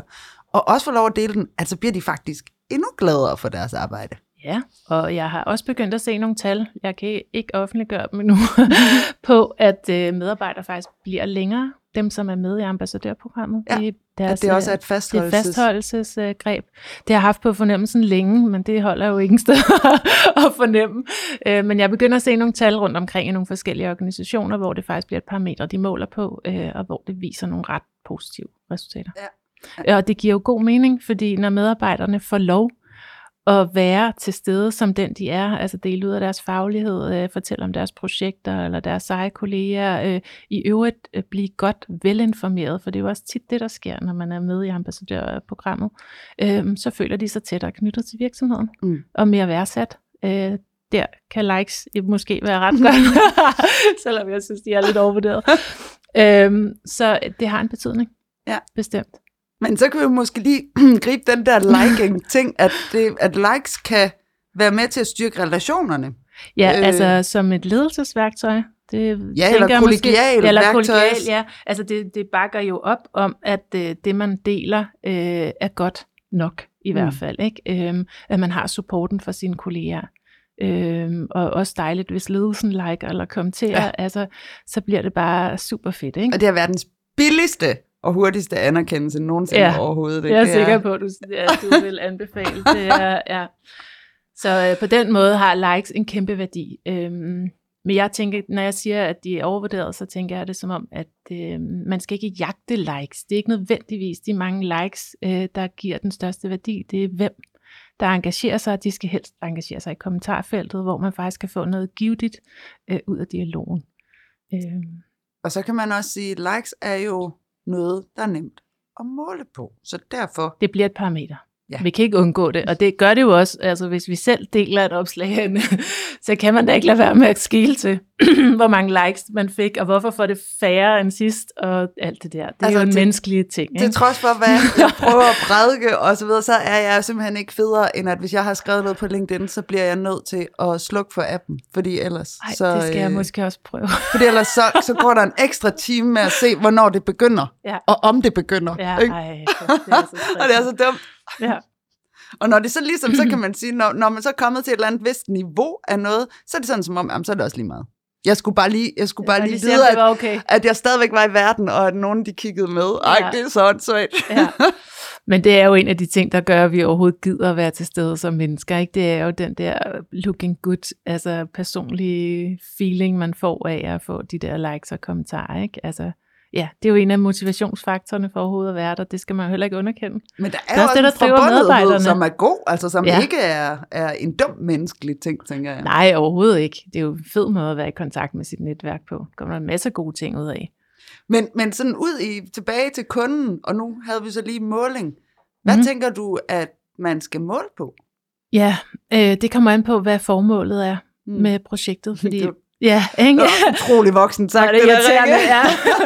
og også får lov at dele den, altså bliver de faktisk endnu gladere for deres arbejde.
Ja, og jeg har også begyndt at se nogle tal, jeg kan ikke offentliggøre dem endnu, på at øh, medarbejdere faktisk bliver længere, dem som er med i ambassadørprogrammet.
Ja,
i deres,
at det også er et fastholdelses...
det fastholdelsesgreb. Det har jeg haft på fornemmelsen længe, men det holder jo ingen sted at fornemme. Øh, men jeg begynder at se nogle tal rundt omkring i nogle forskellige organisationer, hvor det faktisk bliver et parametre, de måler på, øh, og hvor det viser nogle ret positive resultater.
Ja.
Ja. Og det giver jo god mening, fordi når medarbejderne får lov at være til stede som den de er, altså dele ud af deres faglighed, øh, fortælle om deres projekter eller deres seje kolleger, øh, i øvrigt øh, blive godt velinformeret, for det er jo også tit det, der sker, når man er med i ambassadørprogrammet. Øh, så føler de sig tættere knyttet til virksomheden, mm. og mere værdsat. Øh, der kan likes måske være ret godt, selvom jeg synes, de er lidt overvurderet. øh, så det har en betydning,
ja. Bestemt.
Men
så kan vi måske lige gribe den der liking-ting, at, det, at likes kan være med til at styrke relationerne.
Ja, øh, altså som et ledelsesværktøj. Det
ja, eller kollegial
eller
værktøj.
Kollegial, ja. Altså det, det bakker jo op om, at øh, det man deler øh, er godt nok, i mm. hvert fald. Ikke? Øhm, at man har supporten for sine kolleger. Øhm, og også dejligt, hvis ledelsen liker eller kommenterer, ja. altså, så bliver det bare super fedt. Ikke?
Og det er verdens billigste og hurtigste anerkendelse nogensinde
ja,
overhovedet.
Det. Jeg er det sikker er... på, at du, at du vil anbefale det. Er, ja. Så øh, på den måde har likes en kæmpe værdi. Øhm, men jeg tænker, når jeg siger, at de er overvurderet, så tænker jeg det som om, at øh, man skal ikke jagte likes. Det er ikke nødvendigvis de mange likes, øh, der giver den største værdi. Det er hvem, der engagerer sig. De skal helst engagere sig i kommentarfeltet, hvor man faktisk kan få noget givetigt øh, ud af dialogen. Øhm.
Og så kan man også sige, at likes er jo noget, der er nemt at måle på. Så derfor...
Det bliver et parameter. Ja. Vi kan ikke undgå det, og det gør det jo også, altså hvis vi selv deler et opslag, så kan man da ikke lade være med at skile til, hvor mange likes man fik, og hvorfor får det færre end sidst, og alt det der. Det er altså, jo en menneskelig ting. Ikke?
Til trods for, hvad jeg prøver at prædike og så videre, så er jeg simpelthen ikke federe, end at hvis jeg har skrevet noget på LinkedIn, så bliver jeg nødt til at slukke for appen, fordi ellers...
Ej,
så,
det skal jeg øh, måske også prøve.
Fordi ellers så, så går der en ekstra time med at se, hvornår det begynder, ja. og om det begynder.
Ja,
ikke?
Ej, det er så
og det er så dumt.
Ja.
Og når det så ligesom, så kan man sige, når, når man så er kommet til et eller andet vist niveau af noget, så er det sådan som om, jamen, så er det også lige meget. Jeg skulle bare lige, jeg skulle bare
jeg
lige
lige
vide,
at, okay.
at jeg stadigvæk var i verden, og at nogen de kiggede med. Ej, ja. Det er så åndssvagt.
Ja. Men det er jo en af de ting, der gør, at vi overhovedet gider at være til stede som mennesker. Ikke? Det er jo den der looking good, altså personlige feeling, man får af at få de der likes og kommentarer. Ikke? Altså, ja, det er jo en af motivationsfaktorerne for overhovedet at være der. Det skal man jo heller ikke underkende.
Men der er, der er jo også en forbundethed, som er god, altså som ja. ikke er, er en dum menneskelig ting, tænker jeg.
Nej, overhovedet ikke. Det er jo en fed måde at være i kontakt med sit netværk på. Der kommer en masse gode ting ud af.
Men, men sådan ud i, tilbage til kunden, og nu havde vi så lige måling. Hvad mm-hmm. tænker du, at man skal måle på?
Ja, øh, det kommer an på, hvad formålet er mm. med projektet. Fordi,
det
ja, ikke?
Utrolig voksen sagt.
Det, det der ja.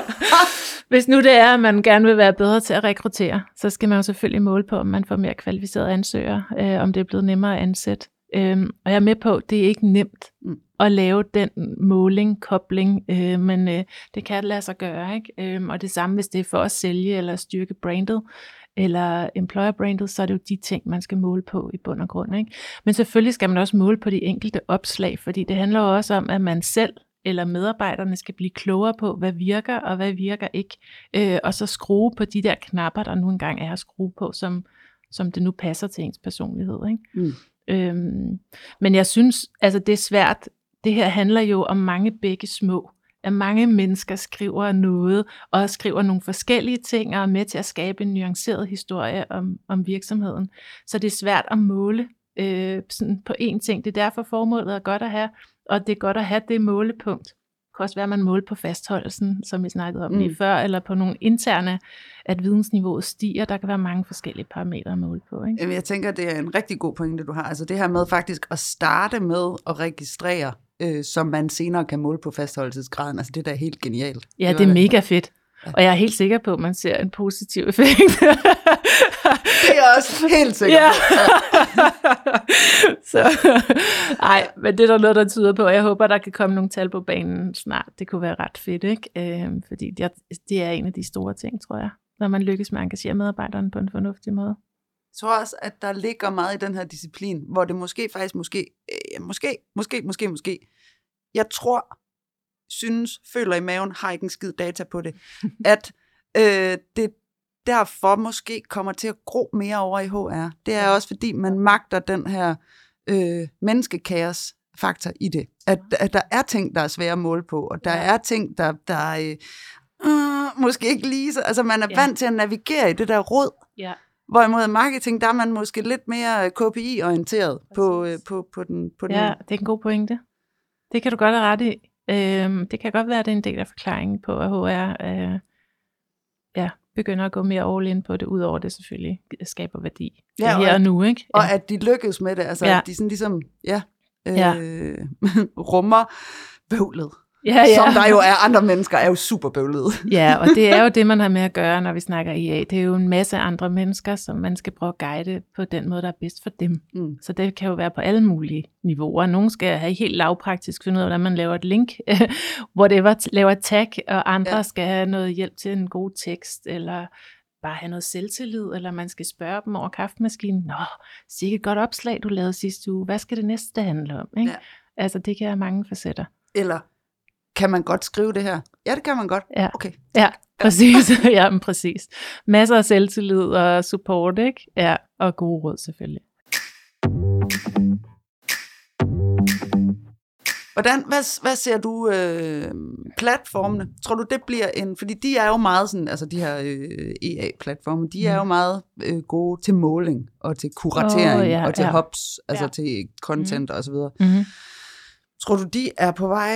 Hvis nu det er, at man gerne vil være bedre til at rekruttere, så skal man jo selvfølgelig måle på, om man får mere kvalificerede ansøgere, øh, om det er blevet nemmere at ansætte. Øhm, og jeg er med på, at det er ikke nemt mm. at lave den måling, kobling, øh, men øh, det kan lade sig gøre. Ikke? Øhm, og det samme, hvis det er for at sælge eller styrke brandet, eller employer brandet, så er det jo de ting, man skal måle på i bund og grund. Ikke? Men selvfølgelig skal man også måle på de enkelte opslag, fordi det handler jo også om, at man selv eller medarbejderne skal blive klogere på, hvad virker og hvad virker ikke, øh, og så skrue på de der knapper, der nu engang er at skrue på, som, som det nu passer til ens personlighed. Ikke? Mm. Øhm, men jeg synes, altså det er svært. Det her handler jo om mange begge små. At mange mennesker skriver noget, og skriver nogle forskellige ting, og er med til at skabe en nuanceret historie om, om virksomheden. Så det er svært at måle øh, sådan på én ting. Det er derfor formålet er godt at have, og det er godt at have det målepunkt. Det kan også være, at man måler på fastholdelsen, som vi snakkede om mm. lige før, eller på nogle interne, at vidensniveauet stiger. Der kan være mange forskellige parametre at måle på. Ikke?
Jeg tænker, det er en rigtig god pointe, du har. Altså det her med faktisk at starte med at registrere, øh, som man senere kan måle på fastholdelsesgraden. Altså det der er helt genialt.
Ja, det, det er mega fedt. Ja. Og jeg er helt sikker på, at man ser en positiv effekt.
Det er jeg også helt sikker
ja.
på. Ja.
Så, ej, men det er der noget, der tyder på. Jeg håber, der kan komme nogle tal på banen snart. Det kunne være ret fedt, ikke? Øh, fordi det er, det er en af de store ting, tror jeg. når man lykkes med at engagere medarbejderne på en fornuftig måde.
Jeg tror også, at der ligger meget i den her disciplin, hvor det måske faktisk, måske, øh, måske, måske, måske, måske, jeg tror, synes, føler i maven, har ikke en skid data på det, at øh, det derfor måske kommer til at gro mere over i H R. Det er også, fordi man magter den her øh, menneskekaos faktor i det. At, at der er ting, der er svære at måle på, og der er ting, der, der øh, øh, måske ikke lige så... Altså, man er ja. vant til at navigere i det der rod. Ja. Hvorimod marketing, der er man måske lidt mere K P I-orienteret på, øh, på, på den... På den.
Ja, det er en god pointe. Det kan du godt have ret i. Øhm, det kan godt være, at det er en del af forklaringen på, at H R øh, ja, begynder at gå mere all in på det, udover det selvfølgelig skaber værdi. Ja, det her og, og nu, ikke?
Ja. Og at de lykkes med det, altså ja. at de sådan ligesom, ja, øh, ja. rummer bøvlet. Ja, ja. Som der jo er andre mennesker, er jo super bøvlede.
Ja, og det er jo det, man har med at gøre, når vi snakker I A. Det er jo en masse andre mennesker, som man skal prøve at guide på den måde, der er bedst for dem. Mm. Så det kan jo være på alle mulige niveauer. Nogle skal have helt lavpraktisk finde ud af, hvordan man laver et link, whatever, laver et tag, og andre ja. skal have noget hjælp til en god tekst, eller bare have noget selvtillid, eller man skal spørge dem over kaffemaskinen. Nå, sikkert godt opslag, du lavede sidste uge. Hvad skal det næste handle om? Ikke? Ja. Altså, det kan have mange facetter.
Eller kan man godt skrive det her? Ja, det kan man godt.
Ja,
okay.
Ja, præcis. ja, men præcis. Masser af selvtillid og support, ikke? Ja, og gode råd selvfølgelig.
Hvordan, hvad, hvad ser du øh, platformene? Tror du, det bliver en... Fordi de er jo meget sådan... Altså, de her øh, E A-platforme, de er jo meget øh, gode til måling, og til kuratering, oh, ja, og til ja. hubs, altså ja. til content mm. og så videre. Mm-hmm. Tror du, de er på vej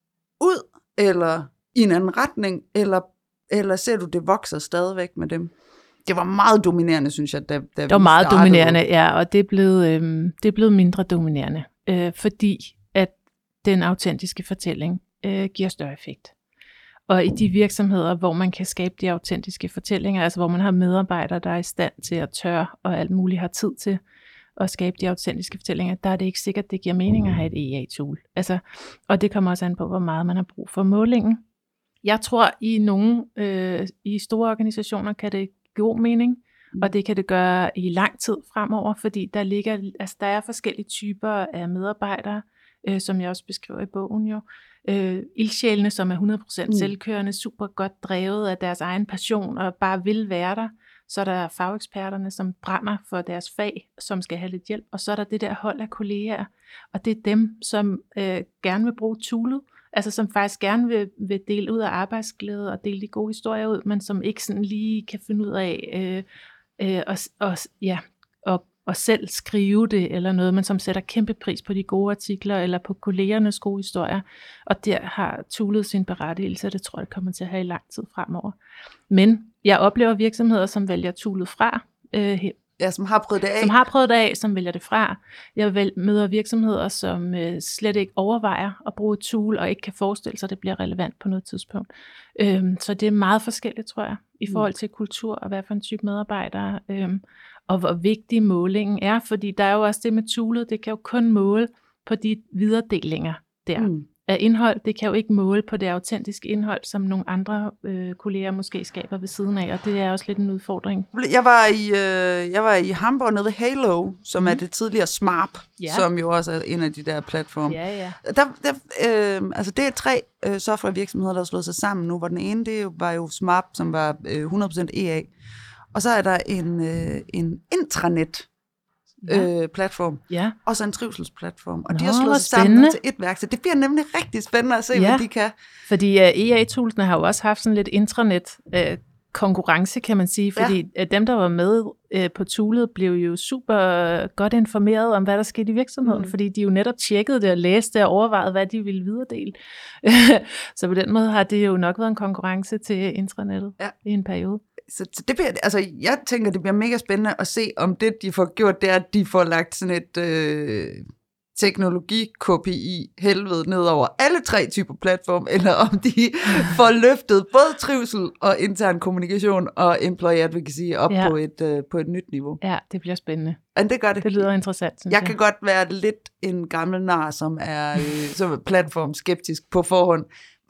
ud, eller i en anden retning, eller, eller ser du, det vokser stadigvæk med dem? Det var meget dominerende, synes jeg, da, da
det var meget startede. dominerende, ja, og det er blevet, øh, det er blevet mindre dominerende, øh, fordi at den autentiske fortælling øh, giver større effekt. Og i de virksomheder, hvor man kan skabe de autentiske fortællinger, altså hvor man har medarbejdere, der er i stand til at tørre, og alt muligt har tid til at skabe de autentiske fortællinger, der er det ikke sikkert, det giver mening at have et E A-tool. Altså, og det kommer også an på, hvor meget man har brug for målingen. Jeg tror, i nogle øh, i store organisationer kan det give god mening, og det kan det gøre i lang tid fremover, fordi der ligger, altså der er forskellige typer af medarbejdere, øh, som jeg også beskriver i bogen jo. Øh, ildsjælene, som er hundrede procent mm. selvkørende, super godt drevet af deres egen passion og bare vil være der. Så er der fageksperterne, som brænder for deres fag, som skal have lidt hjælp. Og så er der det der hold af kolleger, og det er dem, som øh, gerne vil bruge toolet, altså som faktisk gerne vil, vil dele ud af arbejdsglæde og dele de gode historier ud, men som ikke sådan lige kan finde ud af øh, øh, og, og, ja, og, og selv skrive det eller noget, men som sætter kæmpe pris på de gode artikler eller på kollegernes gode historier. Og der har toolet sin berettigelse, og det tror jeg, det kommer til at have i lang tid fremover. Men jeg oplever virksomheder, som vælger toolet fra. Øh,
ja, som har prøvet det af.
Som har prøvet det af, som vælger det fra. Jeg vel, møder virksomheder, som øh, slet ikke overvejer at bruge et tool, og ikke kan forestille sig, at det bliver relevant på noget tidspunkt. Øh, så det er meget forskelligt, tror jeg, i forhold til kultur, og hvad for en type medarbejdere, øh, og hvor vigtig målingen er. Fordi der er jo også det med toolet, det kan jo kun måle på de videredelinger der. Mm. Af indhold, det kan jo ikke måle på det autentiske indhold, som nogle andre øh, kolleger måske skaber ved siden af, og det er også lidt en udfordring.
Jeg var i, øh, jeg var i Hamburg nede ved Halo, som mm. er det tidligere Smarp, ja. som jo også er en af de der platforme.
Ja, ja.
Der, der, øh, altså det er tre øh, softwarevirksomheder, der har slået sig sammen nu, hvor den ene, det var jo Smarp, som var øh, hundrede procent E A, og så er der en, øh, en intranet, Ja. Øh, platform, ja. og så en trivselsplatform. Og Nå, de har slået sig sammen til et værksted. Det bliver nemlig rigtig spændende at se, ja. hvad de kan.
Fordi uh, E A-toolsene har jo også haft sådan lidt intranet uh, konkurrence, kan man sige, fordi ja. dem, der var med uh, på toolet, blev jo super godt informeret om, hvad der skete i virksomheden, mm. fordi de jo netop tjekkede det og læste det og overvejede, hvad de ville videredele. Så på den måde har det jo nok været en konkurrence til intranettet ja. i en periode.
Så det bliver, altså, jeg tænker, det bliver mega spændende at se, om det, de får gjort, det er, at de får lagt sådan et øh, teknologi-K P I-helvede ned over alle tre typer platform, eller om de får løftet både trivsel og intern kommunikation og employee advocacy op ja. på, et, øh, på et nyt niveau.
Ja, det bliver spændende.
Men det gør det.
Det lyder interessant, synes
jeg.
Jeg
kan godt være lidt en gammel nar, som er, øh, som er platformskeptisk på forhånd,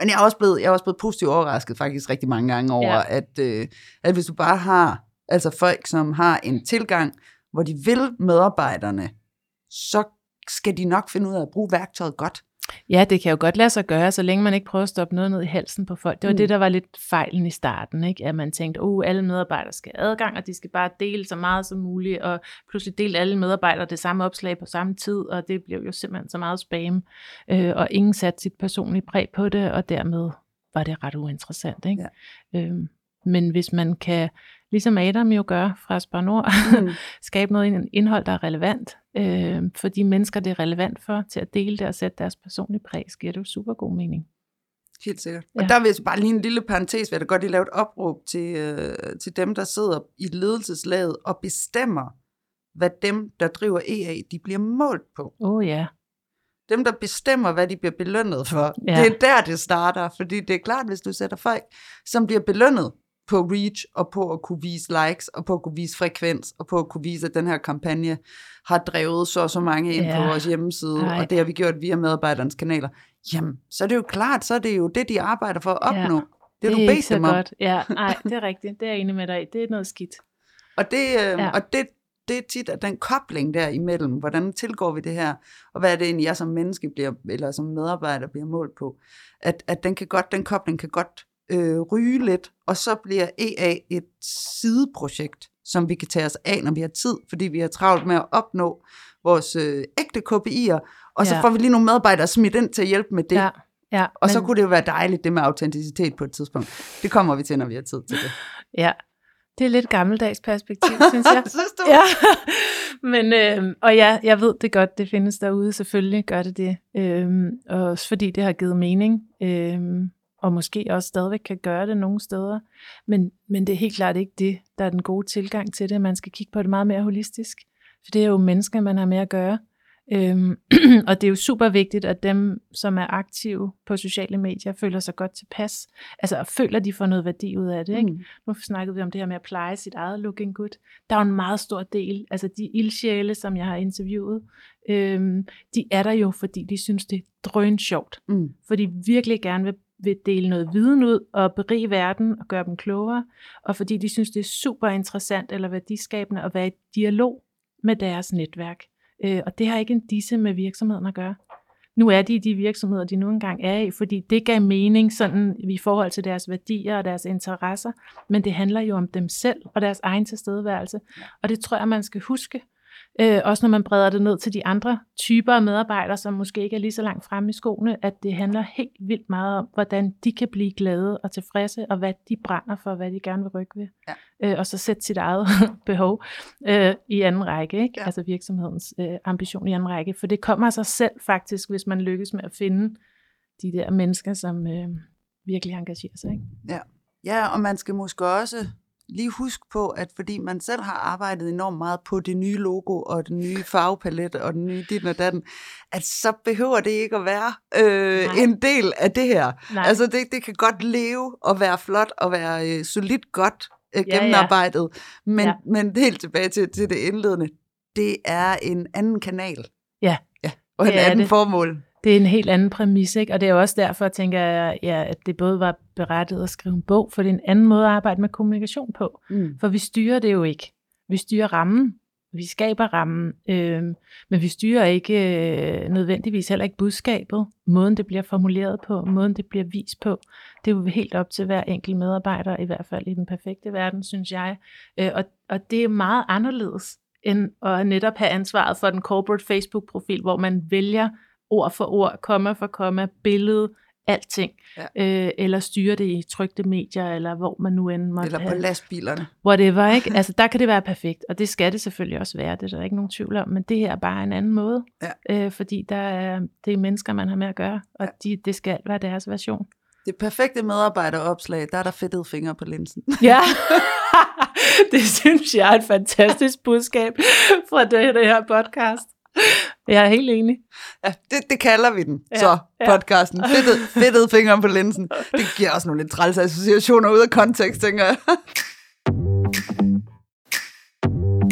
Men jeg er også blevet, jeg er også blevet positivt overrasket faktisk rigtig mange gange over, ja. at, øh, at hvis du bare har altså folk, som har en tilgang, hvor de vil medarbejderne, så skal de nok finde ud af at bruge værktøjet godt.
Ja, det kan jo godt lade sig gøre, så længe man ikke prøver at stoppe noget ned i halsen på folk. Det var mm. det, der var lidt fejlen i starten, ikke? At man tænkte, oh, alle medarbejdere skal have adgang, og de skal bare dele så meget som muligt, og pludselig dele alle medarbejdere det samme opslag på samme tid, og det blev jo simpelthen så meget spam, øh, og ingen satte sit personlige præg på det, og dermed var det ret uinteressant, ikke? Ja. Øhm, men hvis man kan, ligesom Adam jo gør fra Spar Nord, mm. skabe noget indhold, der er relevant, øh, for de mennesker, det er relevant for, til at dele det og sætte deres personlige præg, giver det jo super god mening.
Helt sikkert. Ja. Og der vil jeg bare lige en lille parentes, vil jeg da godt lige lave et opråb til, øh, til dem, der sidder i ledelseslaget og bestemmer, hvad dem, der driver E A, de bliver målt på.
Åh oh, ja.
Dem, der bestemmer, hvad de bliver belønnet for. Ja. Det er der, det starter, fordi det er klart, hvis du sætter folk, som bliver belønnet på reach, og på at kunne vise likes, og på at kunne vise frekvens, og på at kunne vise, at den her kampagne har drevet så så mange ind ja. på vores hjemmeside, Ej. og det har vi gjort via medarbejdernes kanaler. Jamen, så er det jo klart, så er det jo det, de arbejder for at opnå. Ja. Det,
det
du
er
bedt
ikke så
dem om.
godt. Ja, nej, det er rigtigt. Det er jeg enig med dig i. Det er noget skidt.
Og det, øh, ja. og det, det er tit, at den kobling der imellem, hvordan tilgår vi det her, og hvad er det egentlig, jeg som menneske bliver, eller som medarbejder bliver målt på, at, at den kan godt, den kobling kan godt øh, ryge lidt, og så bliver E A et sideprojekt, som vi kan tage os af, når vi har tid, fordi vi har travlt med at opnå vores øh, ægte K P I'er, og så ja. får vi lige nogle medarbejdere smidt ind til at hjælpe med det. Ja.
Ja,
og men... så kunne det jo være dejligt, det med autenticitet på et tidspunkt. Det kommer vi til, når vi har tid til det.
Ja, det er lidt gammeldags perspektiv, synes jeg.
Synes du?
Ja. Men, øh, og ja, jeg ved det godt, det findes derude, selvfølgelig gør det det. Øh, også fordi det har givet mening, øh, og måske også stadigvæk kan gøre det nogle steder. Men, men det er helt klart ikke det, der er den gode tilgang til det. Man skal kigge på det meget mere holistisk, for det er jo mennesker, man har med at gøre. Øhm, og det er jo super vigtigt, at dem, som er aktive på sociale medier, føler sig godt tilpas. Altså, og føler, de får noget værdi ud af det. Ikke? Mm. Nu snakkede vi om det her med at pleje sit eget looking good. Der er jo en meget stor del, altså de ildsjæle, som jeg har interviewet, øhm, de er der jo, fordi de synes, det er drøn sjovt. Mm. For de virkelig gerne vil, vil dele noget viden ud, og berige verden, og gøre dem klogere. Og fordi de synes, det er super interessant, eller værdiskabende, at være i dialog med deres netværk. Øh, og det har ikke en disse med virksomheden at gøre. Nu er de de virksomheder, de nu engang er i, fordi det gav mening sådan i forhold til deres værdier og deres interesser, men det handler jo om dem selv og deres egen tilstedeværelse. Og det tror jeg, man skal huske. Øh, også når man breder det ned til de andre typer af medarbejdere, som måske ikke er lige så langt fremme i skoene, at det handler helt vildt meget om, hvordan de kan blive glade og tilfredse, og hvad de brænder for, hvad de gerne vil rykke ved. Ja. Øh, og så sætte sit eget behov øh, i anden række, ikke? Ja. Altså virksomhedens øh, ambition i anden række. For det kommer af sig selv faktisk, hvis man lykkes med at finde de der mennesker, som øh, virkelig engagerer sig. Ikke?
Ja. Ja, og man skal måske også lige husk på, at fordi man selv har arbejdet enormt meget på det nye logo, og den nye farvepalet, og den nye dit og datten, at så behøver det ikke at være øh, en del af det her. Nej. Altså det, det kan godt leve, og være flot, og være øh, solidt godt øh, gennemarbejdet, ja, ja. Men, ja. men helt tilbage til, til det indledende, det er en anden kanal.
Ja.
ja og en anden det. formål.
Det er en helt anden præmis, ikke? Og det er også derfor, tænker jeg, ja, at det både var berettiget at skrive en bog, for det er en anden måde at arbejde med kommunikation på. Mm. For vi styrer det jo ikke. Vi styrer rammen. Vi skaber rammen. Øh, men vi styrer ikke øh, nødvendigvis heller ikke budskabet. Måden, det bliver formuleret på. Måden, det bliver vist på. Det er jo helt op til hver enkelt medarbejder, i hvert fald i den perfekte verden, synes jeg. Øh, og, og det er meget anderledes, end at netop have ansvaret for den corporate Facebook-profil, hvor man vælger ord for ord, komma for komma, billede, alting. Ja. Øh, eller styre det i trykte medier, eller hvor man nu end måtte
Eller på have. lastbilerne.
Whatever, ikke? Altså, der kan det være perfekt, og det skal det selvfølgelig også være, det er der ikke nogen tvivl om, men det her er bare en anden måde, ja. øh, fordi der er, det er mennesker, man har med at gøre, og ja. de, det skal være deres version.
Det perfekte medarbejderopslag, der er der fedtede fingre på linsen.
Ja, det synes jeg er et fantastisk budskab fra det, det her podcast. Jeg er helt enig.
Ja, det, det kalder vi den, ja, så podcasten. Ja. Fedtede, fedtede fingre på linsen. Det giver også nogle lidt træls associationer ud af kontekst, tænker jeg.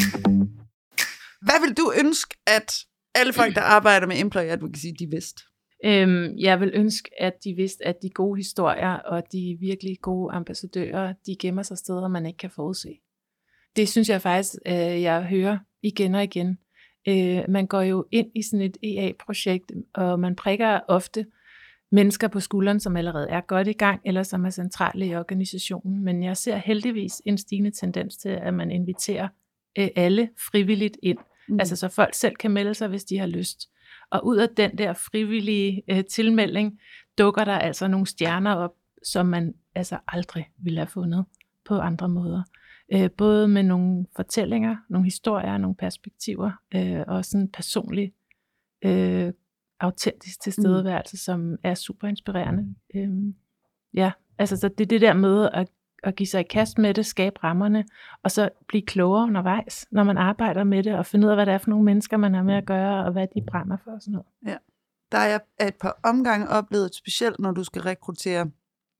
Hvad vil du ønske, at alle folk, der arbejder med employee advocacy, de vidste?
Øhm, jeg vil ønske, at de vidste, at de gode historier og de virkelig gode ambassadører, de gemmer sig steder, man ikke kan forudse. Det synes jeg faktisk, øh, jeg hører igen og igen. Øh, man går jo ind i sådan et E A-projekt, og man prikker ofte mennesker på skulderen, som allerede er godt i gang, eller som er centrale i organisationen. Men jeg ser heldigvis en stigende tendens til, at man inviterer øh, alle frivilligt ind. Mm. Altså så folk selv kan melde sig, hvis de har lyst. Og ud af den der frivillige øh, tilmelding, dukker der altså nogle stjerner op, som man altså aldrig ville have fundet på andre måder. Øh, både med nogle fortællinger, nogle historier, nogle perspektiver, øh, og sådan personlig, øh, autentisk tilstedeværelse, mm. som er super inspirerende. Øh, ja, altså så det er det der med at, at give sig i kast med det, skabe rammerne, og så blive klogere undervejs, når man arbejder med det, og finde ud af, hvad det er for nogle mennesker, man har med at gøre, og hvad de brænder for og sådan noget.
Ja. Der er jeg et par omgange oplevet, specielt når du skal rekruttere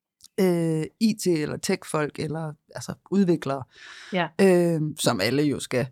øh, I T eller tech-folk, eller altså udviklere,
ja.
øh, som alle jo skal,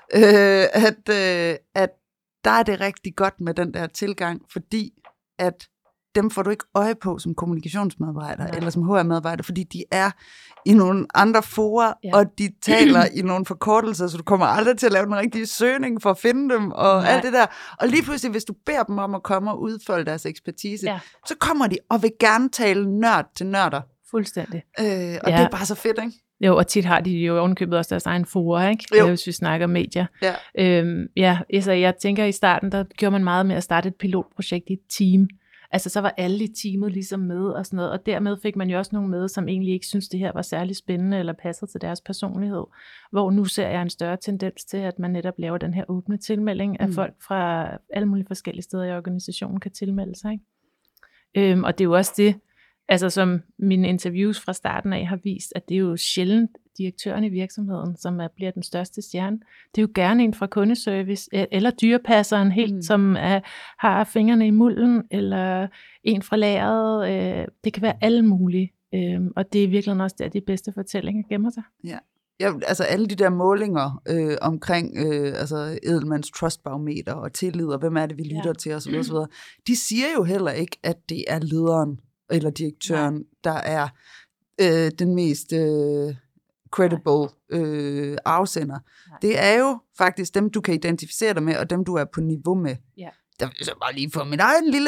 øh, at, øh, at der er det rigtig godt med den der tilgang, fordi at dem får du ikke øje på som kommunikationsmedarbejder, Nej. eller som H R-medarbejder, fordi de er i nogle andre forer, ja. og de taler i nogle forkortelser, så du kommer aldrig til at lave den rigtige søgning for at finde dem, og Nej. alt det der. Og lige pludselig, hvis du beder dem om at komme og udfolde deres ekspertise, ja. så kommer de og vil gerne tale nørd til nørder.
Fuldstændig.
Øh, og ja. det er bare så fedt, ikke?
Jo, og tit har de jo ovenkøbet også deres egen forer, ikke? Jo. Hvis vi snakker medier.
Ja.
Øhm, ja, altså jeg tænker i starten, der gjorde man meget med at starte et pilotprojekt i et team. Altså så var alle i teamet ligesom med og sådan noget, og dermed fik man jo også nogle med, som egentlig ikke synes det her var særlig spændende, eller passede til deres personlighed. Hvor nu ser jeg en større tendens til, at man netop laver den her åbne tilmelding, at mm. folk fra alle mulige forskellige steder i organisationen kan tilmelde sig, ikke? Øhm, og det er jo også det, altså som mine interviews fra starten af har vist, at det er jo sjældent direktøren i virksomheden, som er, bliver den største stjerne. Det er jo gerne en fra kundeservice, eller dyrepasseren helt, mm. som er, har fingrene i mulden, eller en fra lageret. Øh, det kan være alle mulige, øh, og det er virkelig også der, de bedste fortællinger gemmer sig.
Ja. Ja, altså alle de der målinger øh, omkring øh, altså Edelmans trustbarometer og tillid, og hvem er det, vi lytter ja. til osv., osv., de siger jo heller ikke, at det er lederen eller direktøren, Nej. der er øh, den mest øh, credible øh, afsender. Nej. Det er jo faktisk dem, du kan identificere dig med, og dem, du er på niveau med.
Ja.
Der vil jeg bare lige få min egen lille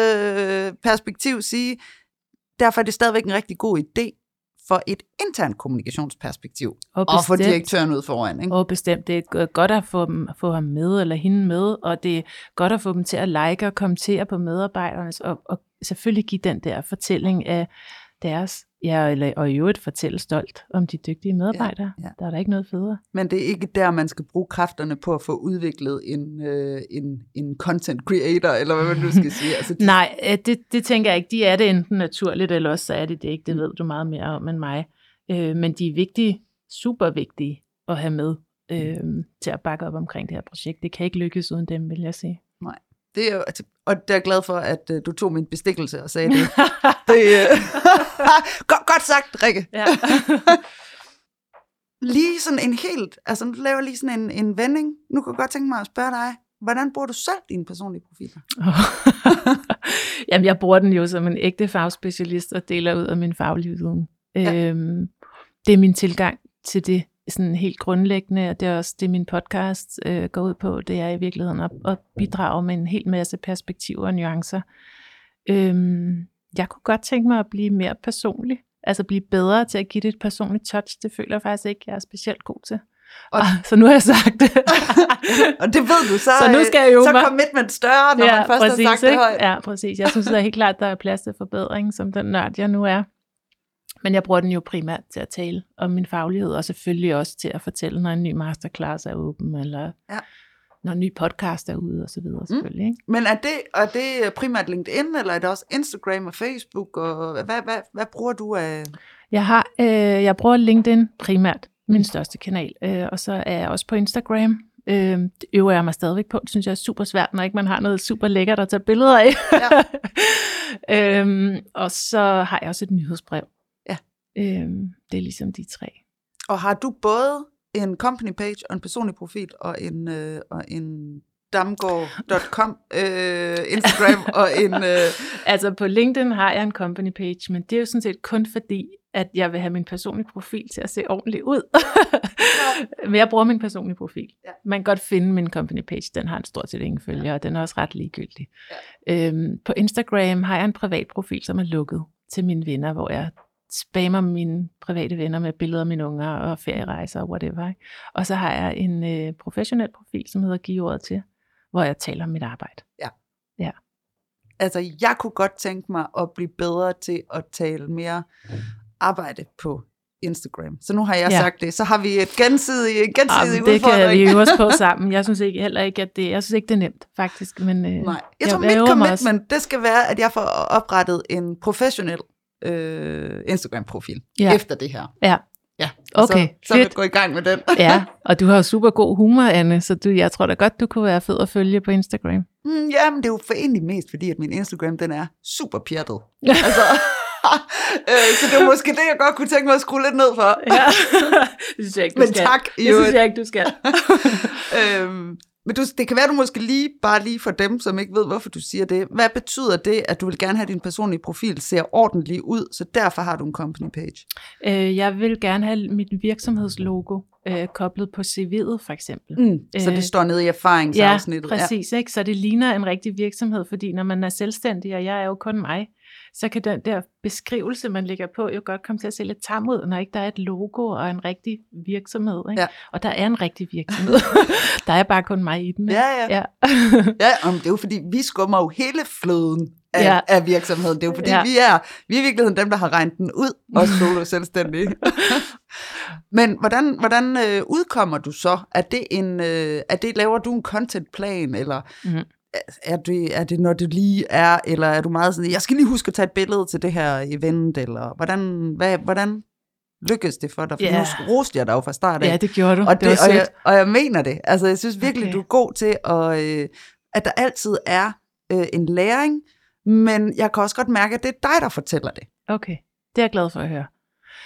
øh, perspektiv sige, derfor er det stadigvæk en rigtig god idé for et internt kommunikationsperspektiv, og, og få direktøren ud foran. Ikke?
Og bestemt, det er godt at få, dem, få ham med, eller hende med, og det er godt at få dem til at like og kommentere på medarbejdernes, og, og selvfølgelig give den der fortælling af deres, ja, eller, og i øvrigt fortælle stolt om de dygtige medarbejdere. Ja, ja. Der er der ikke noget federe.
Men det er ikke der, man skal bruge kræfterne på at få udviklet en, øh, en, en content creator, eller hvad man nu skal sige. Altså, de...
Nej, det, det tænker jeg ikke. De er det enten naturligt, eller også så er det det ikke. Det ved du meget mere om end mig. Øh, men de er vigtige, super vigtige at have med øh, til at bakke op omkring det her projekt. Det kan ikke lykkes uden dem, vil jeg sige.
Nej. Det er jo, og det er jeg glad for, at uh, du tog min bestikkelse og sagde det. det uh... godt, godt sagt, Rikke.
Ja.
Lige sådan en helt, altså nu laver jeg lige sådan en, en vending. Nu kan jeg godt tænke mig at spørge dig, hvordan bruger du selv dine personlige profiler?
Jamen, jeg bruger den jo som en ægte fagspecialist og deler ud af min faglige viden. Ja. Øhm, det er min tilgang til det. Sådan helt grundlæggende, og det er også det, min podcast øh, går ud på, det er i virkeligheden at, at bidrage med en hel masse perspektiver og nuancer. Øhm, jeg kunne godt tænke mig at blive mere personlig, altså blive bedre til at give det et personligt touch. Det føler jeg faktisk ikke, jeg er specielt god til. Og, og, så nu har jeg sagt det.
Og det ved du, så,
så, nu skal jeg jo
så commitment større, når ja, man først
præcis,
har sagt det højt.
Ja, præcis. Jeg synes, det er helt klart, der er plads til forbedring, som den nørd, jeg nu er. Men jeg bruger den jo primært til at tale om min faglighed, og selvfølgelig også til at fortælle, når en ny masterclass er åben, eller ja. når en ny podcast er ude, og så videre selvfølgelig. Ikke?
Men er det, er det primært LinkedIn, eller er det også Instagram og Facebook, og hvad, hvad, hvad bruger du af?
Jeg, har, øh, jeg bruger LinkedIn primært, min største kanal, øh, og så er jeg også på Instagram. Øh, det øver jeg mig stadigvæk på. Det synes jeg er super svært, når ikke man har noget super lækkert at tage billeder af. Ja. øh, og så har jeg også et nyhedsbrev. Øhm, det er ligesom de tre.
Og har du både en company page og en personlig profil og en, øh, og en damgaard punktum com øh, Instagram og en... Øh...
Altså på LinkedIn har jeg en company page, men det er jo sådan set kun fordi, at jeg vil have min personlige profil til at se ordentligt ud. Men jeg bruger min personlige profil. Ja. Man kan godt finde min company page, den har en stort set ingen følgere, ja. Og den er også ret ligegyldig. Ja. Øhm, på Instagram har jeg en privat profil, som er lukket til mine venner, hvor jeg spammer mine private venner med billeder af mine unger og ferierejser og whatever. Ikke? Og så har jeg en øh, professionel profil, som hedder Giv ordet til, hvor jeg taler om mit arbejde.
Ja.
Ja.
Altså, jeg kunne godt tænke mig at blive bedre til at tale mere arbejde på Instagram. Så nu har jeg ja. sagt det. Så har vi et gensidigt, gensidigt
Jamen,
udfordring.
Det kan vi jo også på sammen. Jeg synes ikke, heller ikke, at det, jeg synes ikke, det er nemt, faktisk. Men, øh,
Nej. Jeg tror, jeg mit commitment, det skal være, at jeg får oprettet en professionel øh, Instagram-profil
ja.
efter det her.
Ja.
Ja,
okay,
så, så vil jeg gå i gang med den.
Ja, og du har jo super god humor, Anne, så du, jeg tror da godt, du kunne være fed at følge på Instagram.
Mm, ja, men det er jo for egentlig mest, fordi at min Instagram, den er super pjattet. altså, øh, så det er måske det, jeg godt kunne tænke mig at skrue lidt ned for.
Ja, det synes jeg ikke, du
men
skal.
tak.
Det synes jeg ikke, du skal.
øhm, men du, det kan være, du måske lige, bare lige for dem, som ikke ved, hvorfor du siger det. Hvad betyder det, at du vil gerne have, din personlige profil ser ordentligt ud, så derfor har du en company page?
Øh, jeg vil gerne have mit virksomhedslogo øh, koblet på C V'et, for eksempel.
Mm, så det står nede i erfaringsafsnittet.
Ja, præcis. Ja. Ikke? Så det ligner en rigtig virksomhed, fordi når man er selvstændig, og jeg er jo kun mig, så kan den der beskrivelse, man lægger på, jo godt komme til at se lidt tam ud, når ikke der er et logo og en rigtig virksomhed. Ikke?
Ja.
Og der er en rigtig virksomhed. Der er bare kun mig i den. Ikke?
Ja, ja.
Ja,
ja det er jo fordi, vi skummer jo hele fløden af,
ja.
af virksomheden. Det er jo fordi, ja. vi, er, vi er i virkeligheden dem, der har regnet den ud, også solo selvstændige. Men hvordan, hvordan øh, udkommer du så? Er det en, øh, er det, laver du en contentplan, eller... Mm. Er det, er det, når det lige er, eller er du meget sådan, jeg skal lige huske at tage et billede til det her event, eller hvordan, hvad, hvordan lykkedes det for dig? For
yeah.
nu roste jeg dig jo fra start af.
Ja, det gjorde du.
Og, det,
det
og, jeg, og jeg mener det. Altså, jeg synes virkelig, okay. du er god til, at, øh, at der altid er øh, en læring, men jeg kan også godt mærke, at det er dig, der fortæller det.
Okay, det er jeg glad for at høre.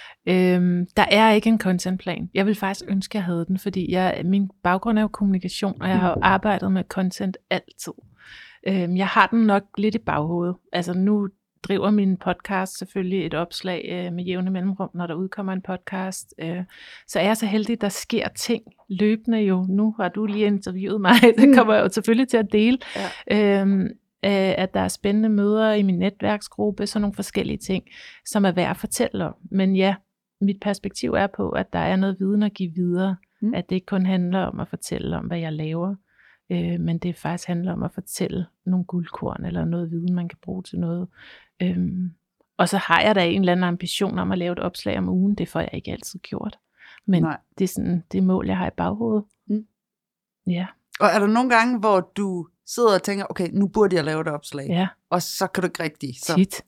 Øhm, der er ikke en contentplan. Jeg vil faktisk ønske, at jeg havde den, fordi jeg, min baggrund er jo kommunikation, og jeg har jo arbejdet med content altid. Øhm, jeg har den nok lidt i baghovedet. Altså nu driver min podcast selvfølgelig et opslag øh, med jævne mellemrum, når der udkommer en podcast. Øh, så er jeg så heldig, der sker ting løbende jo. Nu har du lige interviewet mig, det kommer jeg jo selvfølgelig til at dele. Ja. Øhm, at der er spændende møder i min netværksgruppe, sådan nogle forskellige ting, som er værd at fortælle om. Men ja, mit perspektiv er på, at der er noget viden at give videre, mm. at det ikke kun handler om at fortælle om, hvad jeg laver, øh, men det faktisk handler om at fortælle nogle guldkorn, eller noget viden, man kan bruge til noget. Øhm, og så har jeg da en eller anden ambition om at lave et opslag om ugen, det får jeg ikke altid gjort. Men Nej. det er sådan det mål, jeg har i baghovedet. Mm. Ja.
Og er der nogle gange, hvor du sidder og tænker, okay, nu burde jeg lave et opslag,
ja.
og så kan du ikke rigtig. Så.
Tit.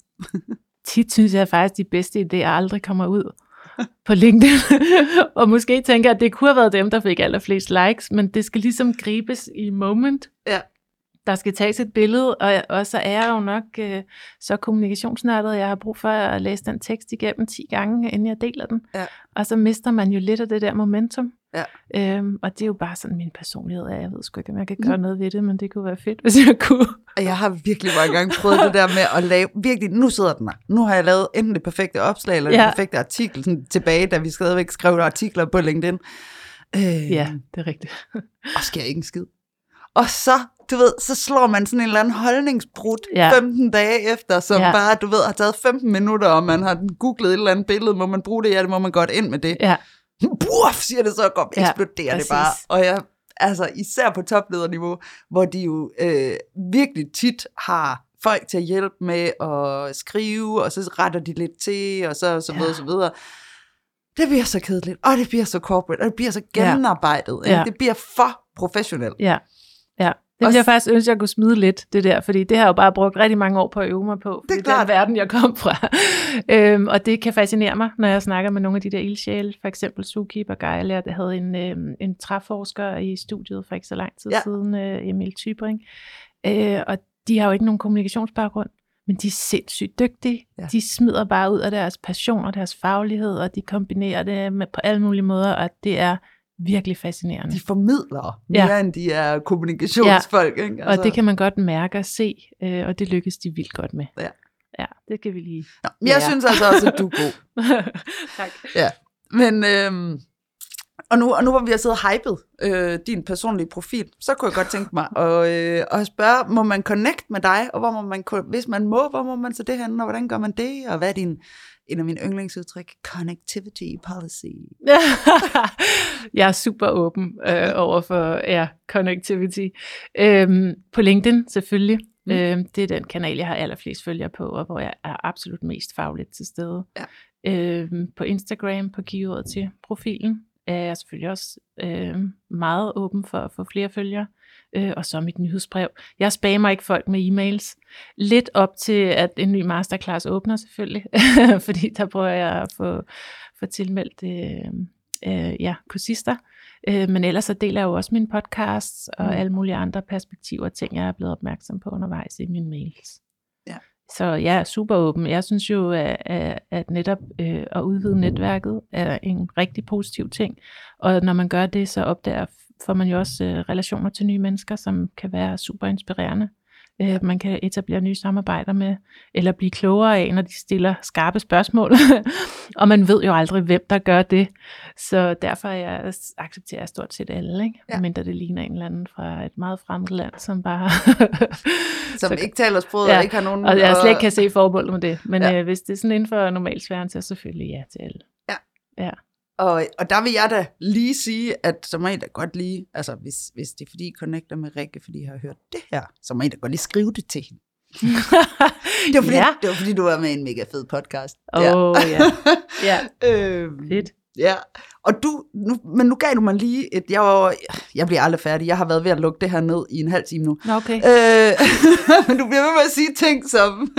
Tit synes jeg faktisk, de bedste idéer aldrig kommer ud på LinkedIn. Og måske tænker jeg, at det kunne have været dem, der fik allerflest likes, men det skal ligesom gribes i moment.
Ja.
Der skal tages et billede, og, og så er jeg jo nok øh, så kommunikationsnørdet, jeg har brug for at læse den tekst igennem ti gange, inden jeg deler den.
Ja. Og
så mister man jo lidt af det der momentum.
Ja.
Øhm, og det er jo bare sådan min personlighed er. Jeg ved sgu ikke, om jeg kan gøre mm. noget ved det, men det kunne være fedt, hvis jeg kunne.
Jeg har virkelig mange gange prøvet det der med at lave, virkelig, nu sidder den her. Nu har jeg lavet enten det perfekte opslag, eller ja. det perfekte artikel, sådan tilbage, da vi stadigvæk skrev artikler på LinkedIn.
Øh, ja, det er rigtigt.
Og sker ikke en skid. Og så, du ved, så slår man sådan en eller anden holdningsbrud ja. femten dage efter, som ja. bare, du ved, har taget femten minutter, og man har googlet et eller andet billede, må man bruge det, ja, det må man godt ind med det.
Ja.
Buff, siger det så, godt, eksploderer ja, det bare. Og jeg, altså især på toplederniveau, hvor de jo øh, virkelig tit har folk til at hjælpe med at skrive, og så retter de lidt til, og så, så videre, ja. så videre. Det bliver så kedeligt, og det bliver så corporate, og det bliver så gennemarbejdet. Ja. Det bliver for professionelt.
Ja, ja. Det ville jeg faktisk ønske, at jeg kunne smide lidt, det der, fordi det har jeg jo bare brugt rigtig mange år på at øve mig på, det er klart. Den verden, jeg kom fra. øhm, og det kan fascinere mig, når jeg snakker med nogle af de der ildsjæle, for eksempel Zookeeper Guy, jeg havde en, øhm, en træforsker i studiet for ikke så lang tid ja. siden, øh, Emil Tybring, øh, og de har jo ikke nogen kommunikationsbaggrund, men de er sindssygt dygtige. Ja. De smider bare ud af deres passion og deres faglighed, og de kombinerer det med, på alle mulige måder, og det er virkelig fascinerende.
De formidler mere, ja. end de er kommunikationsfolk. Ja. Ikke? Altså.
Og det kan man godt mærke og se, øh, og det lykkes de vildt godt med.
Ja.
Ja, det kan vi lige.
Nå, men jeg ja. synes altså også, at du er god.
Tak.
Ja, men øhm, og, nu, og nu hvor vi har siddet og hypet øh, din personlige profil, så kunne jeg godt tænke mig at, øh, at spørge, må man connect med dig, og hvor må man, hvis man må, hvor må man så det hen, og hvordan gør man det, og hvad er din, en af mine yndlingsudtryk, connectivity policy?
Jeg er super åben øh, over for ja, connectivity. Øhm, på LinkedIn selvfølgelig. Mm. Øhm, det er den kanal, jeg har allerflest følgere på, og hvor jeg er absolut mest fagligt til stede. Ja. Øhm, på Instagram, på keyword til profilen, er jeg selvfølgelig også øh, meget åben for at få flere følgere. Øh, og så mit nyhedsbrev. Jeg spammer ikke folk med e-mails. Lidt op til, at en ny masterclass åbner selvfølgelig, fordi der prøver jeg at få, få tilmeldt øh, øh, ja, kursister. Øh, men ellers så deler jeg jo også mine podcasts og mm. alle mulige andre perspektiver og ting, jeg er blevet opmærksom på undervejs i mine mails. Ja. Så jeg er super åben. Jeg synes jo, at, at netop øh, at udvide netværket er en rigtig positiv ting. Og når man gør det, så opdager får man jo også øh, relationer til nye mennesker, som kan være super inspirerende. Øh, man kan etablere nye samarbejder med, eller blive klogere af, når de stiller skarpe spørgsmål. Og man ved jo aldrig, hvem der gør det. Så derfor jeg accepterer jeg stort set alle, ikke? Ja. Mindre det ligner en eller anden fra et meget fremmed land, som bare...
som så, ikke taler sproget ja, og ikke har nogen...
Og jeg slet ikke kan se formålet med det. Men ja. øh, hvis det er sådan inden for normalsfæren, så selvfølgelig ja til alle.
Ja.
Ja.
Og, og der vil jeg da lige sige, at så må I da godt lige, altså hvis, hvis det er fordi I connecter med Rikke, fordi jeg har hørt det her, så må I da godt lige skrive det til hende. det, var fordi, ja. det var fordi, du var med i en mega fed podcast.
Åh, oh, ja. ja.
øhm,
Fedt.
Ja, og du, nu, men nu gav du mig lige et, jeg, var, jeg bliver aldrig færdig, jeg har været ved at lukke det her ned i en halv time nu.
Okay.
Øh, men du bliver ved med at sige ting som,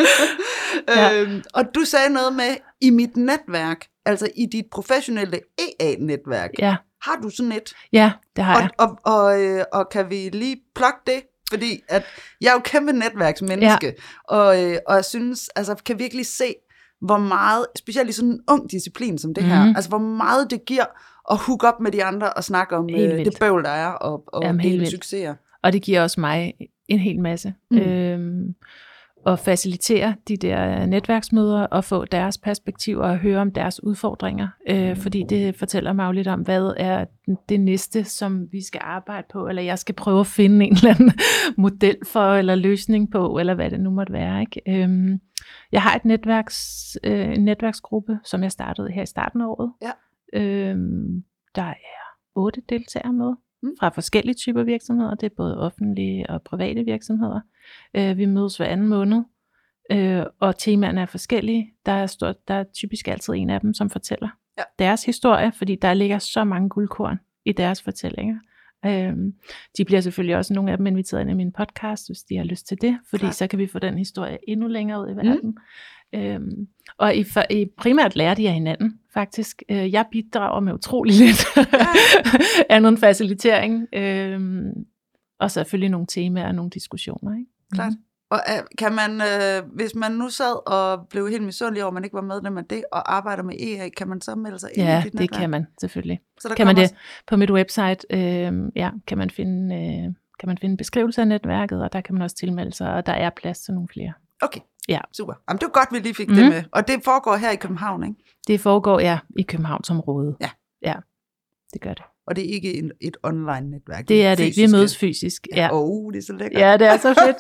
ja. øhm, og du sagde noget med, i mit netværk, altså i dit professionelle E A-netværk,
ja.
har du sådan et?
Ja, det har
og,
jeg.
Og, og, og, og kan vi lige plukke det? Fordi at jeg er jo kæmpe netværksmenneske, ja. og, og jeg synes, altså kan virkelig se, hvor meget, specielt i sådan en ung disciplin som det her, mm. altså hvor meget det giver at hook op med de andre og snakke om øh, det bøvl, der er, og, og Jamen, dele succeser.
Og det giver også mig en hel masse. Mm. Øhm, at facilitere de der netværksmøder og få deres perspektiver og høre om deres udfordringer. Øh, fordi det fortæller mig jo lidt om, hvad er det næste, som vi skal arbejde på, eller jeg skal prøve at finde en eller anden model for, eller løsning på, eller hvad det nu måtte være. Ikke? Øhm, jeg har et netværks, øh, en netværksgruppe, som jeg startede her i starten af året. Ja. Øhm, der er otte deltagere med, mm. fra forskellige typer virksomheder. Det er både offentlige og private virksomheder. Øh, vi mødes hver anden måned, øh, og temaerne er forskellige. Der er, stort, der er typisk altid en af dem, som fortæller ja. deres historie, fordi der ligger så mange guldkorn i deres fortællinger. Øhm, de bliver selvfølgelig også nogle af dem inviteret ind i min podcast, hvis de har lyst til det, fordi Klar. så kan vi få den historie endnu længere ud i verden. Mm. Øhm, og i, for, i primært lærer de af hinanden, faktisk. Øh, jeg bidrager med utrolig lidt andet end facilitering, øhm, og selvfølgelig nogle temaer og nogle diskussioner. Ikke?
Klart. Og øh, kan man, øh, hvis man nu sad og blev helt misundelig over, at man ikke var medlem af det, og arbejder med E A, kan man så melde sig ind
ja,
i dit netværk?
Ja, det kan man selvfølgelig. Så der kan man det også... På mit website, øh, ja, kan man finde øh, kan man finde en beskrivelse af netværket, og der kan man også tilmelde sig, og der er plads til nogle flere.
Okay,
ja.
Super. Jamen, det var godt, vi lige fik mm-hmm. det med. Og det foregår her i København, ikke?
Det foregår, ja, i Københavnsområdet.
Ja.
Ja, det gør det.
Og det er ikke en, et online netværk?
Det er det ikke. Vi mødes fysisk.
Ja. Åh, oh, det er så lækkert.
Ja, det er så fedt.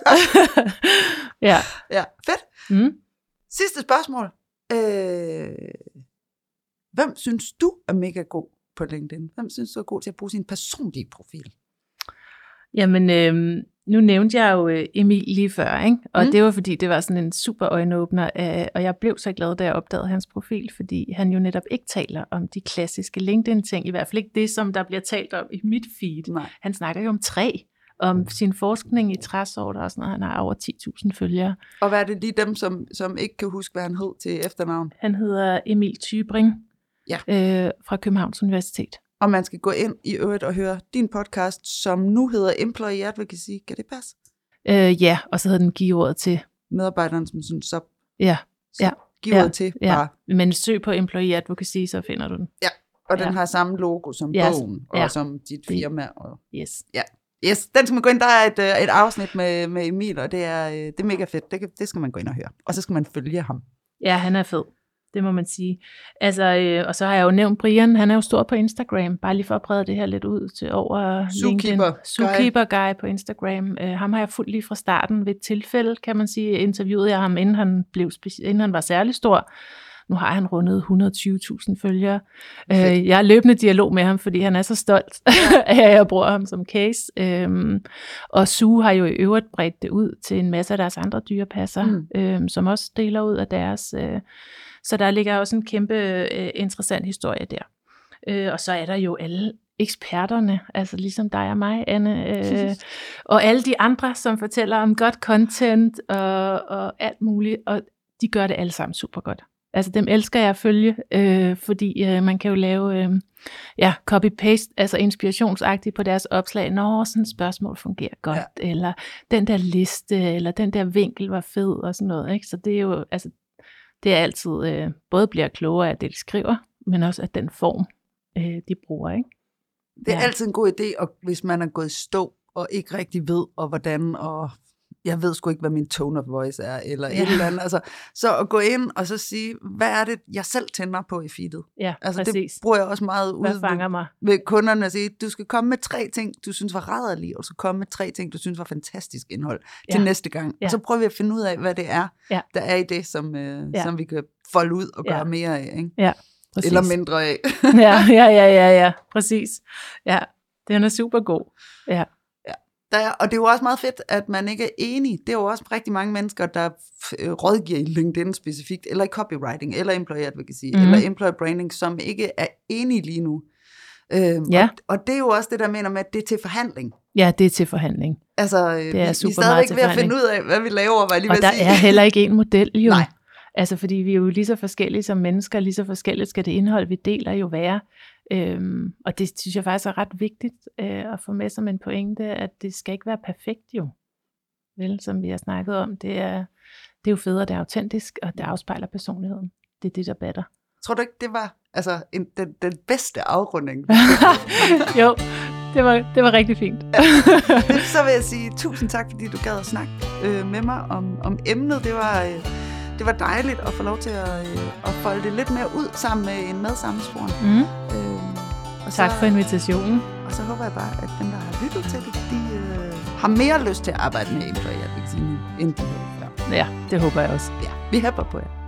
ja.
Ja, fedt. Mm. Sidste spørgsmål. Øh, hvem synes du er mega god på LinkedIn? Hvem synes du er god til at bruge sin personlige profil?
Jamen, øh, nu nævnte jeg jo Emil lige før, ikke? Og mm. det var fordi, det var sådan en super øjenåbner, øh, og jeg blev så glad, da jeg opdagede hans profil, fordi han jo netop ikke taler om de klassiske LinkedIn-ting, i hvert fald ikke det, som der bliver talt om i mit feed. Nej. Han snakker jo om træ, om sin forskning i træsorter og sådan noget. Han har over ti tusind følgere.
Og hvad er det lige dem, som, som ikke kan huske, hvad han hed til efternavn?
Han hedder Emil Tybring ja. øh, fra Københavns Universitet.
Og man skal gå ind i øvrigt og høre din podcast, som nu hedder Employee Advocacy. Kan det passe?
Øh, ja, og så hedder den Giv ordet til.
Medarbejderen som sådan sub.
Ja,
så
ja.
Giv ordet ja, til
ja.
bare.
Men søg på Employee Advocacy, så finder du den.
Ja, Og den
ja.
har samme logo som
ja,
bogen, og
ja.
som dit firma. Og,
yes.
Ja. Yes, den skal man gå ind. Der er et, et afsnit med, med Emil, og det er, det er mega fedt. Det, det skal man gå ind og høre. Og så skal man følge ham.
Ja, han er fed. Det må man sige. Altså, øh, og så har jeg jo nævnt Brian, han er jo stor på Instagram, bare lige for at brede det her lidt ud til over
Zookeeper
LinkedIn. Zookeeper Guy på Instagram. Uh, ham har jeg fulgt lige fra starten ved et tilfælde, kan man sige. Interviewede jeg ham, inden han, blev speci- inden han var særlig stor. Nu har han rundet et hundrede og tyve tusind følgere. Uh, jeg er løbende dialog med ham, fordi han er så stolt af, at jeg bruger ham som case. Um, og Zoo har jo i øvrigt bredt det ud til en masse af deres andre dyrepasser, mm. um, som også deler ud af deres... Uh, Så der ligger også en kæmpe øh, interessant historie der. Øh, og så er der jo alle eksperterne, altså ligesom dig og mig, Anne, øh, og alle de andre, som fortæller om godt content og, og alt muligt, og de gør det alle sammen super godt. Altså dem elsker jeg at følge, øh, fordi øh, man kan jo lave øh, ja, copy-paste, altså inspirationsagtigt på deres opslag. Når sådan et spørgsmål fungerer godt, ja. Eller den der liste, eller den der vinkel var fed, og sådan noget. Ikke? Så det er jo, altså, det er altid, øh, både bliver klogere af det, de skriver, men også af den form, øh, de bruger. Ikke?
Det er
ja.
altid en god idé, og hvis man er gået i stå, og ikke rigtig ved, og hvordan, og jeg ved sgu ikke, hvad min tone of voice er, eller ja. et eller andet. Altså, så at gå ind og så sige, hvad er det, jeg selv tænder på i feedet?
Ja,
altså,
præcis.
Det bruger jeg også meget ud
hvad fanger mig?
ved kunderne at sige, du skal komme med tre ting, du synes var rædderlige, og du skal komme med tre ting, du synes var fantastisk indhold til ja. næste gang. Ja. Og så prøver vi at finde ud af, hvad det er, ja. der er i det, som, øh, ja. som vi kan folde ud og gøre ja. mere af. Ikke?
Ja, præcis.
Eller mindre af.
ja, ja, ja, ja, ja, præcis. Ja, den er super god. Ja.
Der er, og det er jo også meget fedt, at man ikke er enig. Det er jo også rigtig mange mennesker, der rådgiver i LinkedIn specifikt, eller i copywriting, eller employer advocacy, mm. eller employer branding, som ikke er enige lige nu. Øhm,
ja.
og, og det er jo også det, der mener med, at det er til forhandling.
Ja, det er til forhandling.
Altså,
det er
vi,
super
vi er stadigvæk ved at finde ud af, hvad vi laver, hvad jeg lige
og
vil
der
sige.
er heller ikke en model, jo.
Nej.
Altså, fordi vi er jo lige så forskellige som mennesker, lige så forskelligt skal det indhold, vi deler, jo være. Øhm, og det synes jeg faktisk er ret vigtigt øh, at få med som en pointe, at det skal ikke være perfekt jo. Vel, som vi har snakket om, det er, det er jo federe, det er autentisk, og det afspejler personligheden. Det er det, der batter.
Tror du ikke, det var altså, en, den, den bedste afrunding?
jo, det var, det var rigtig fint.
ja. Så vil jeg sige tusind tak, fordi du gad at snakke øh, med mig om, om emnet. Det var... Øh, Det var dejligt at få lov til at, øh, at folde det lidt mere ud sammen med en medsammensvoren.
Mm.
Øh, og
tak
så,
for invitationen.
Og så håber jeg bare, at dem, der har lyttet til det, de øh, har mere lyst til at arbejde med employer advocacy, end de havde før.
Ja, det håber jeg også.
Ja, vi hæpper på jer.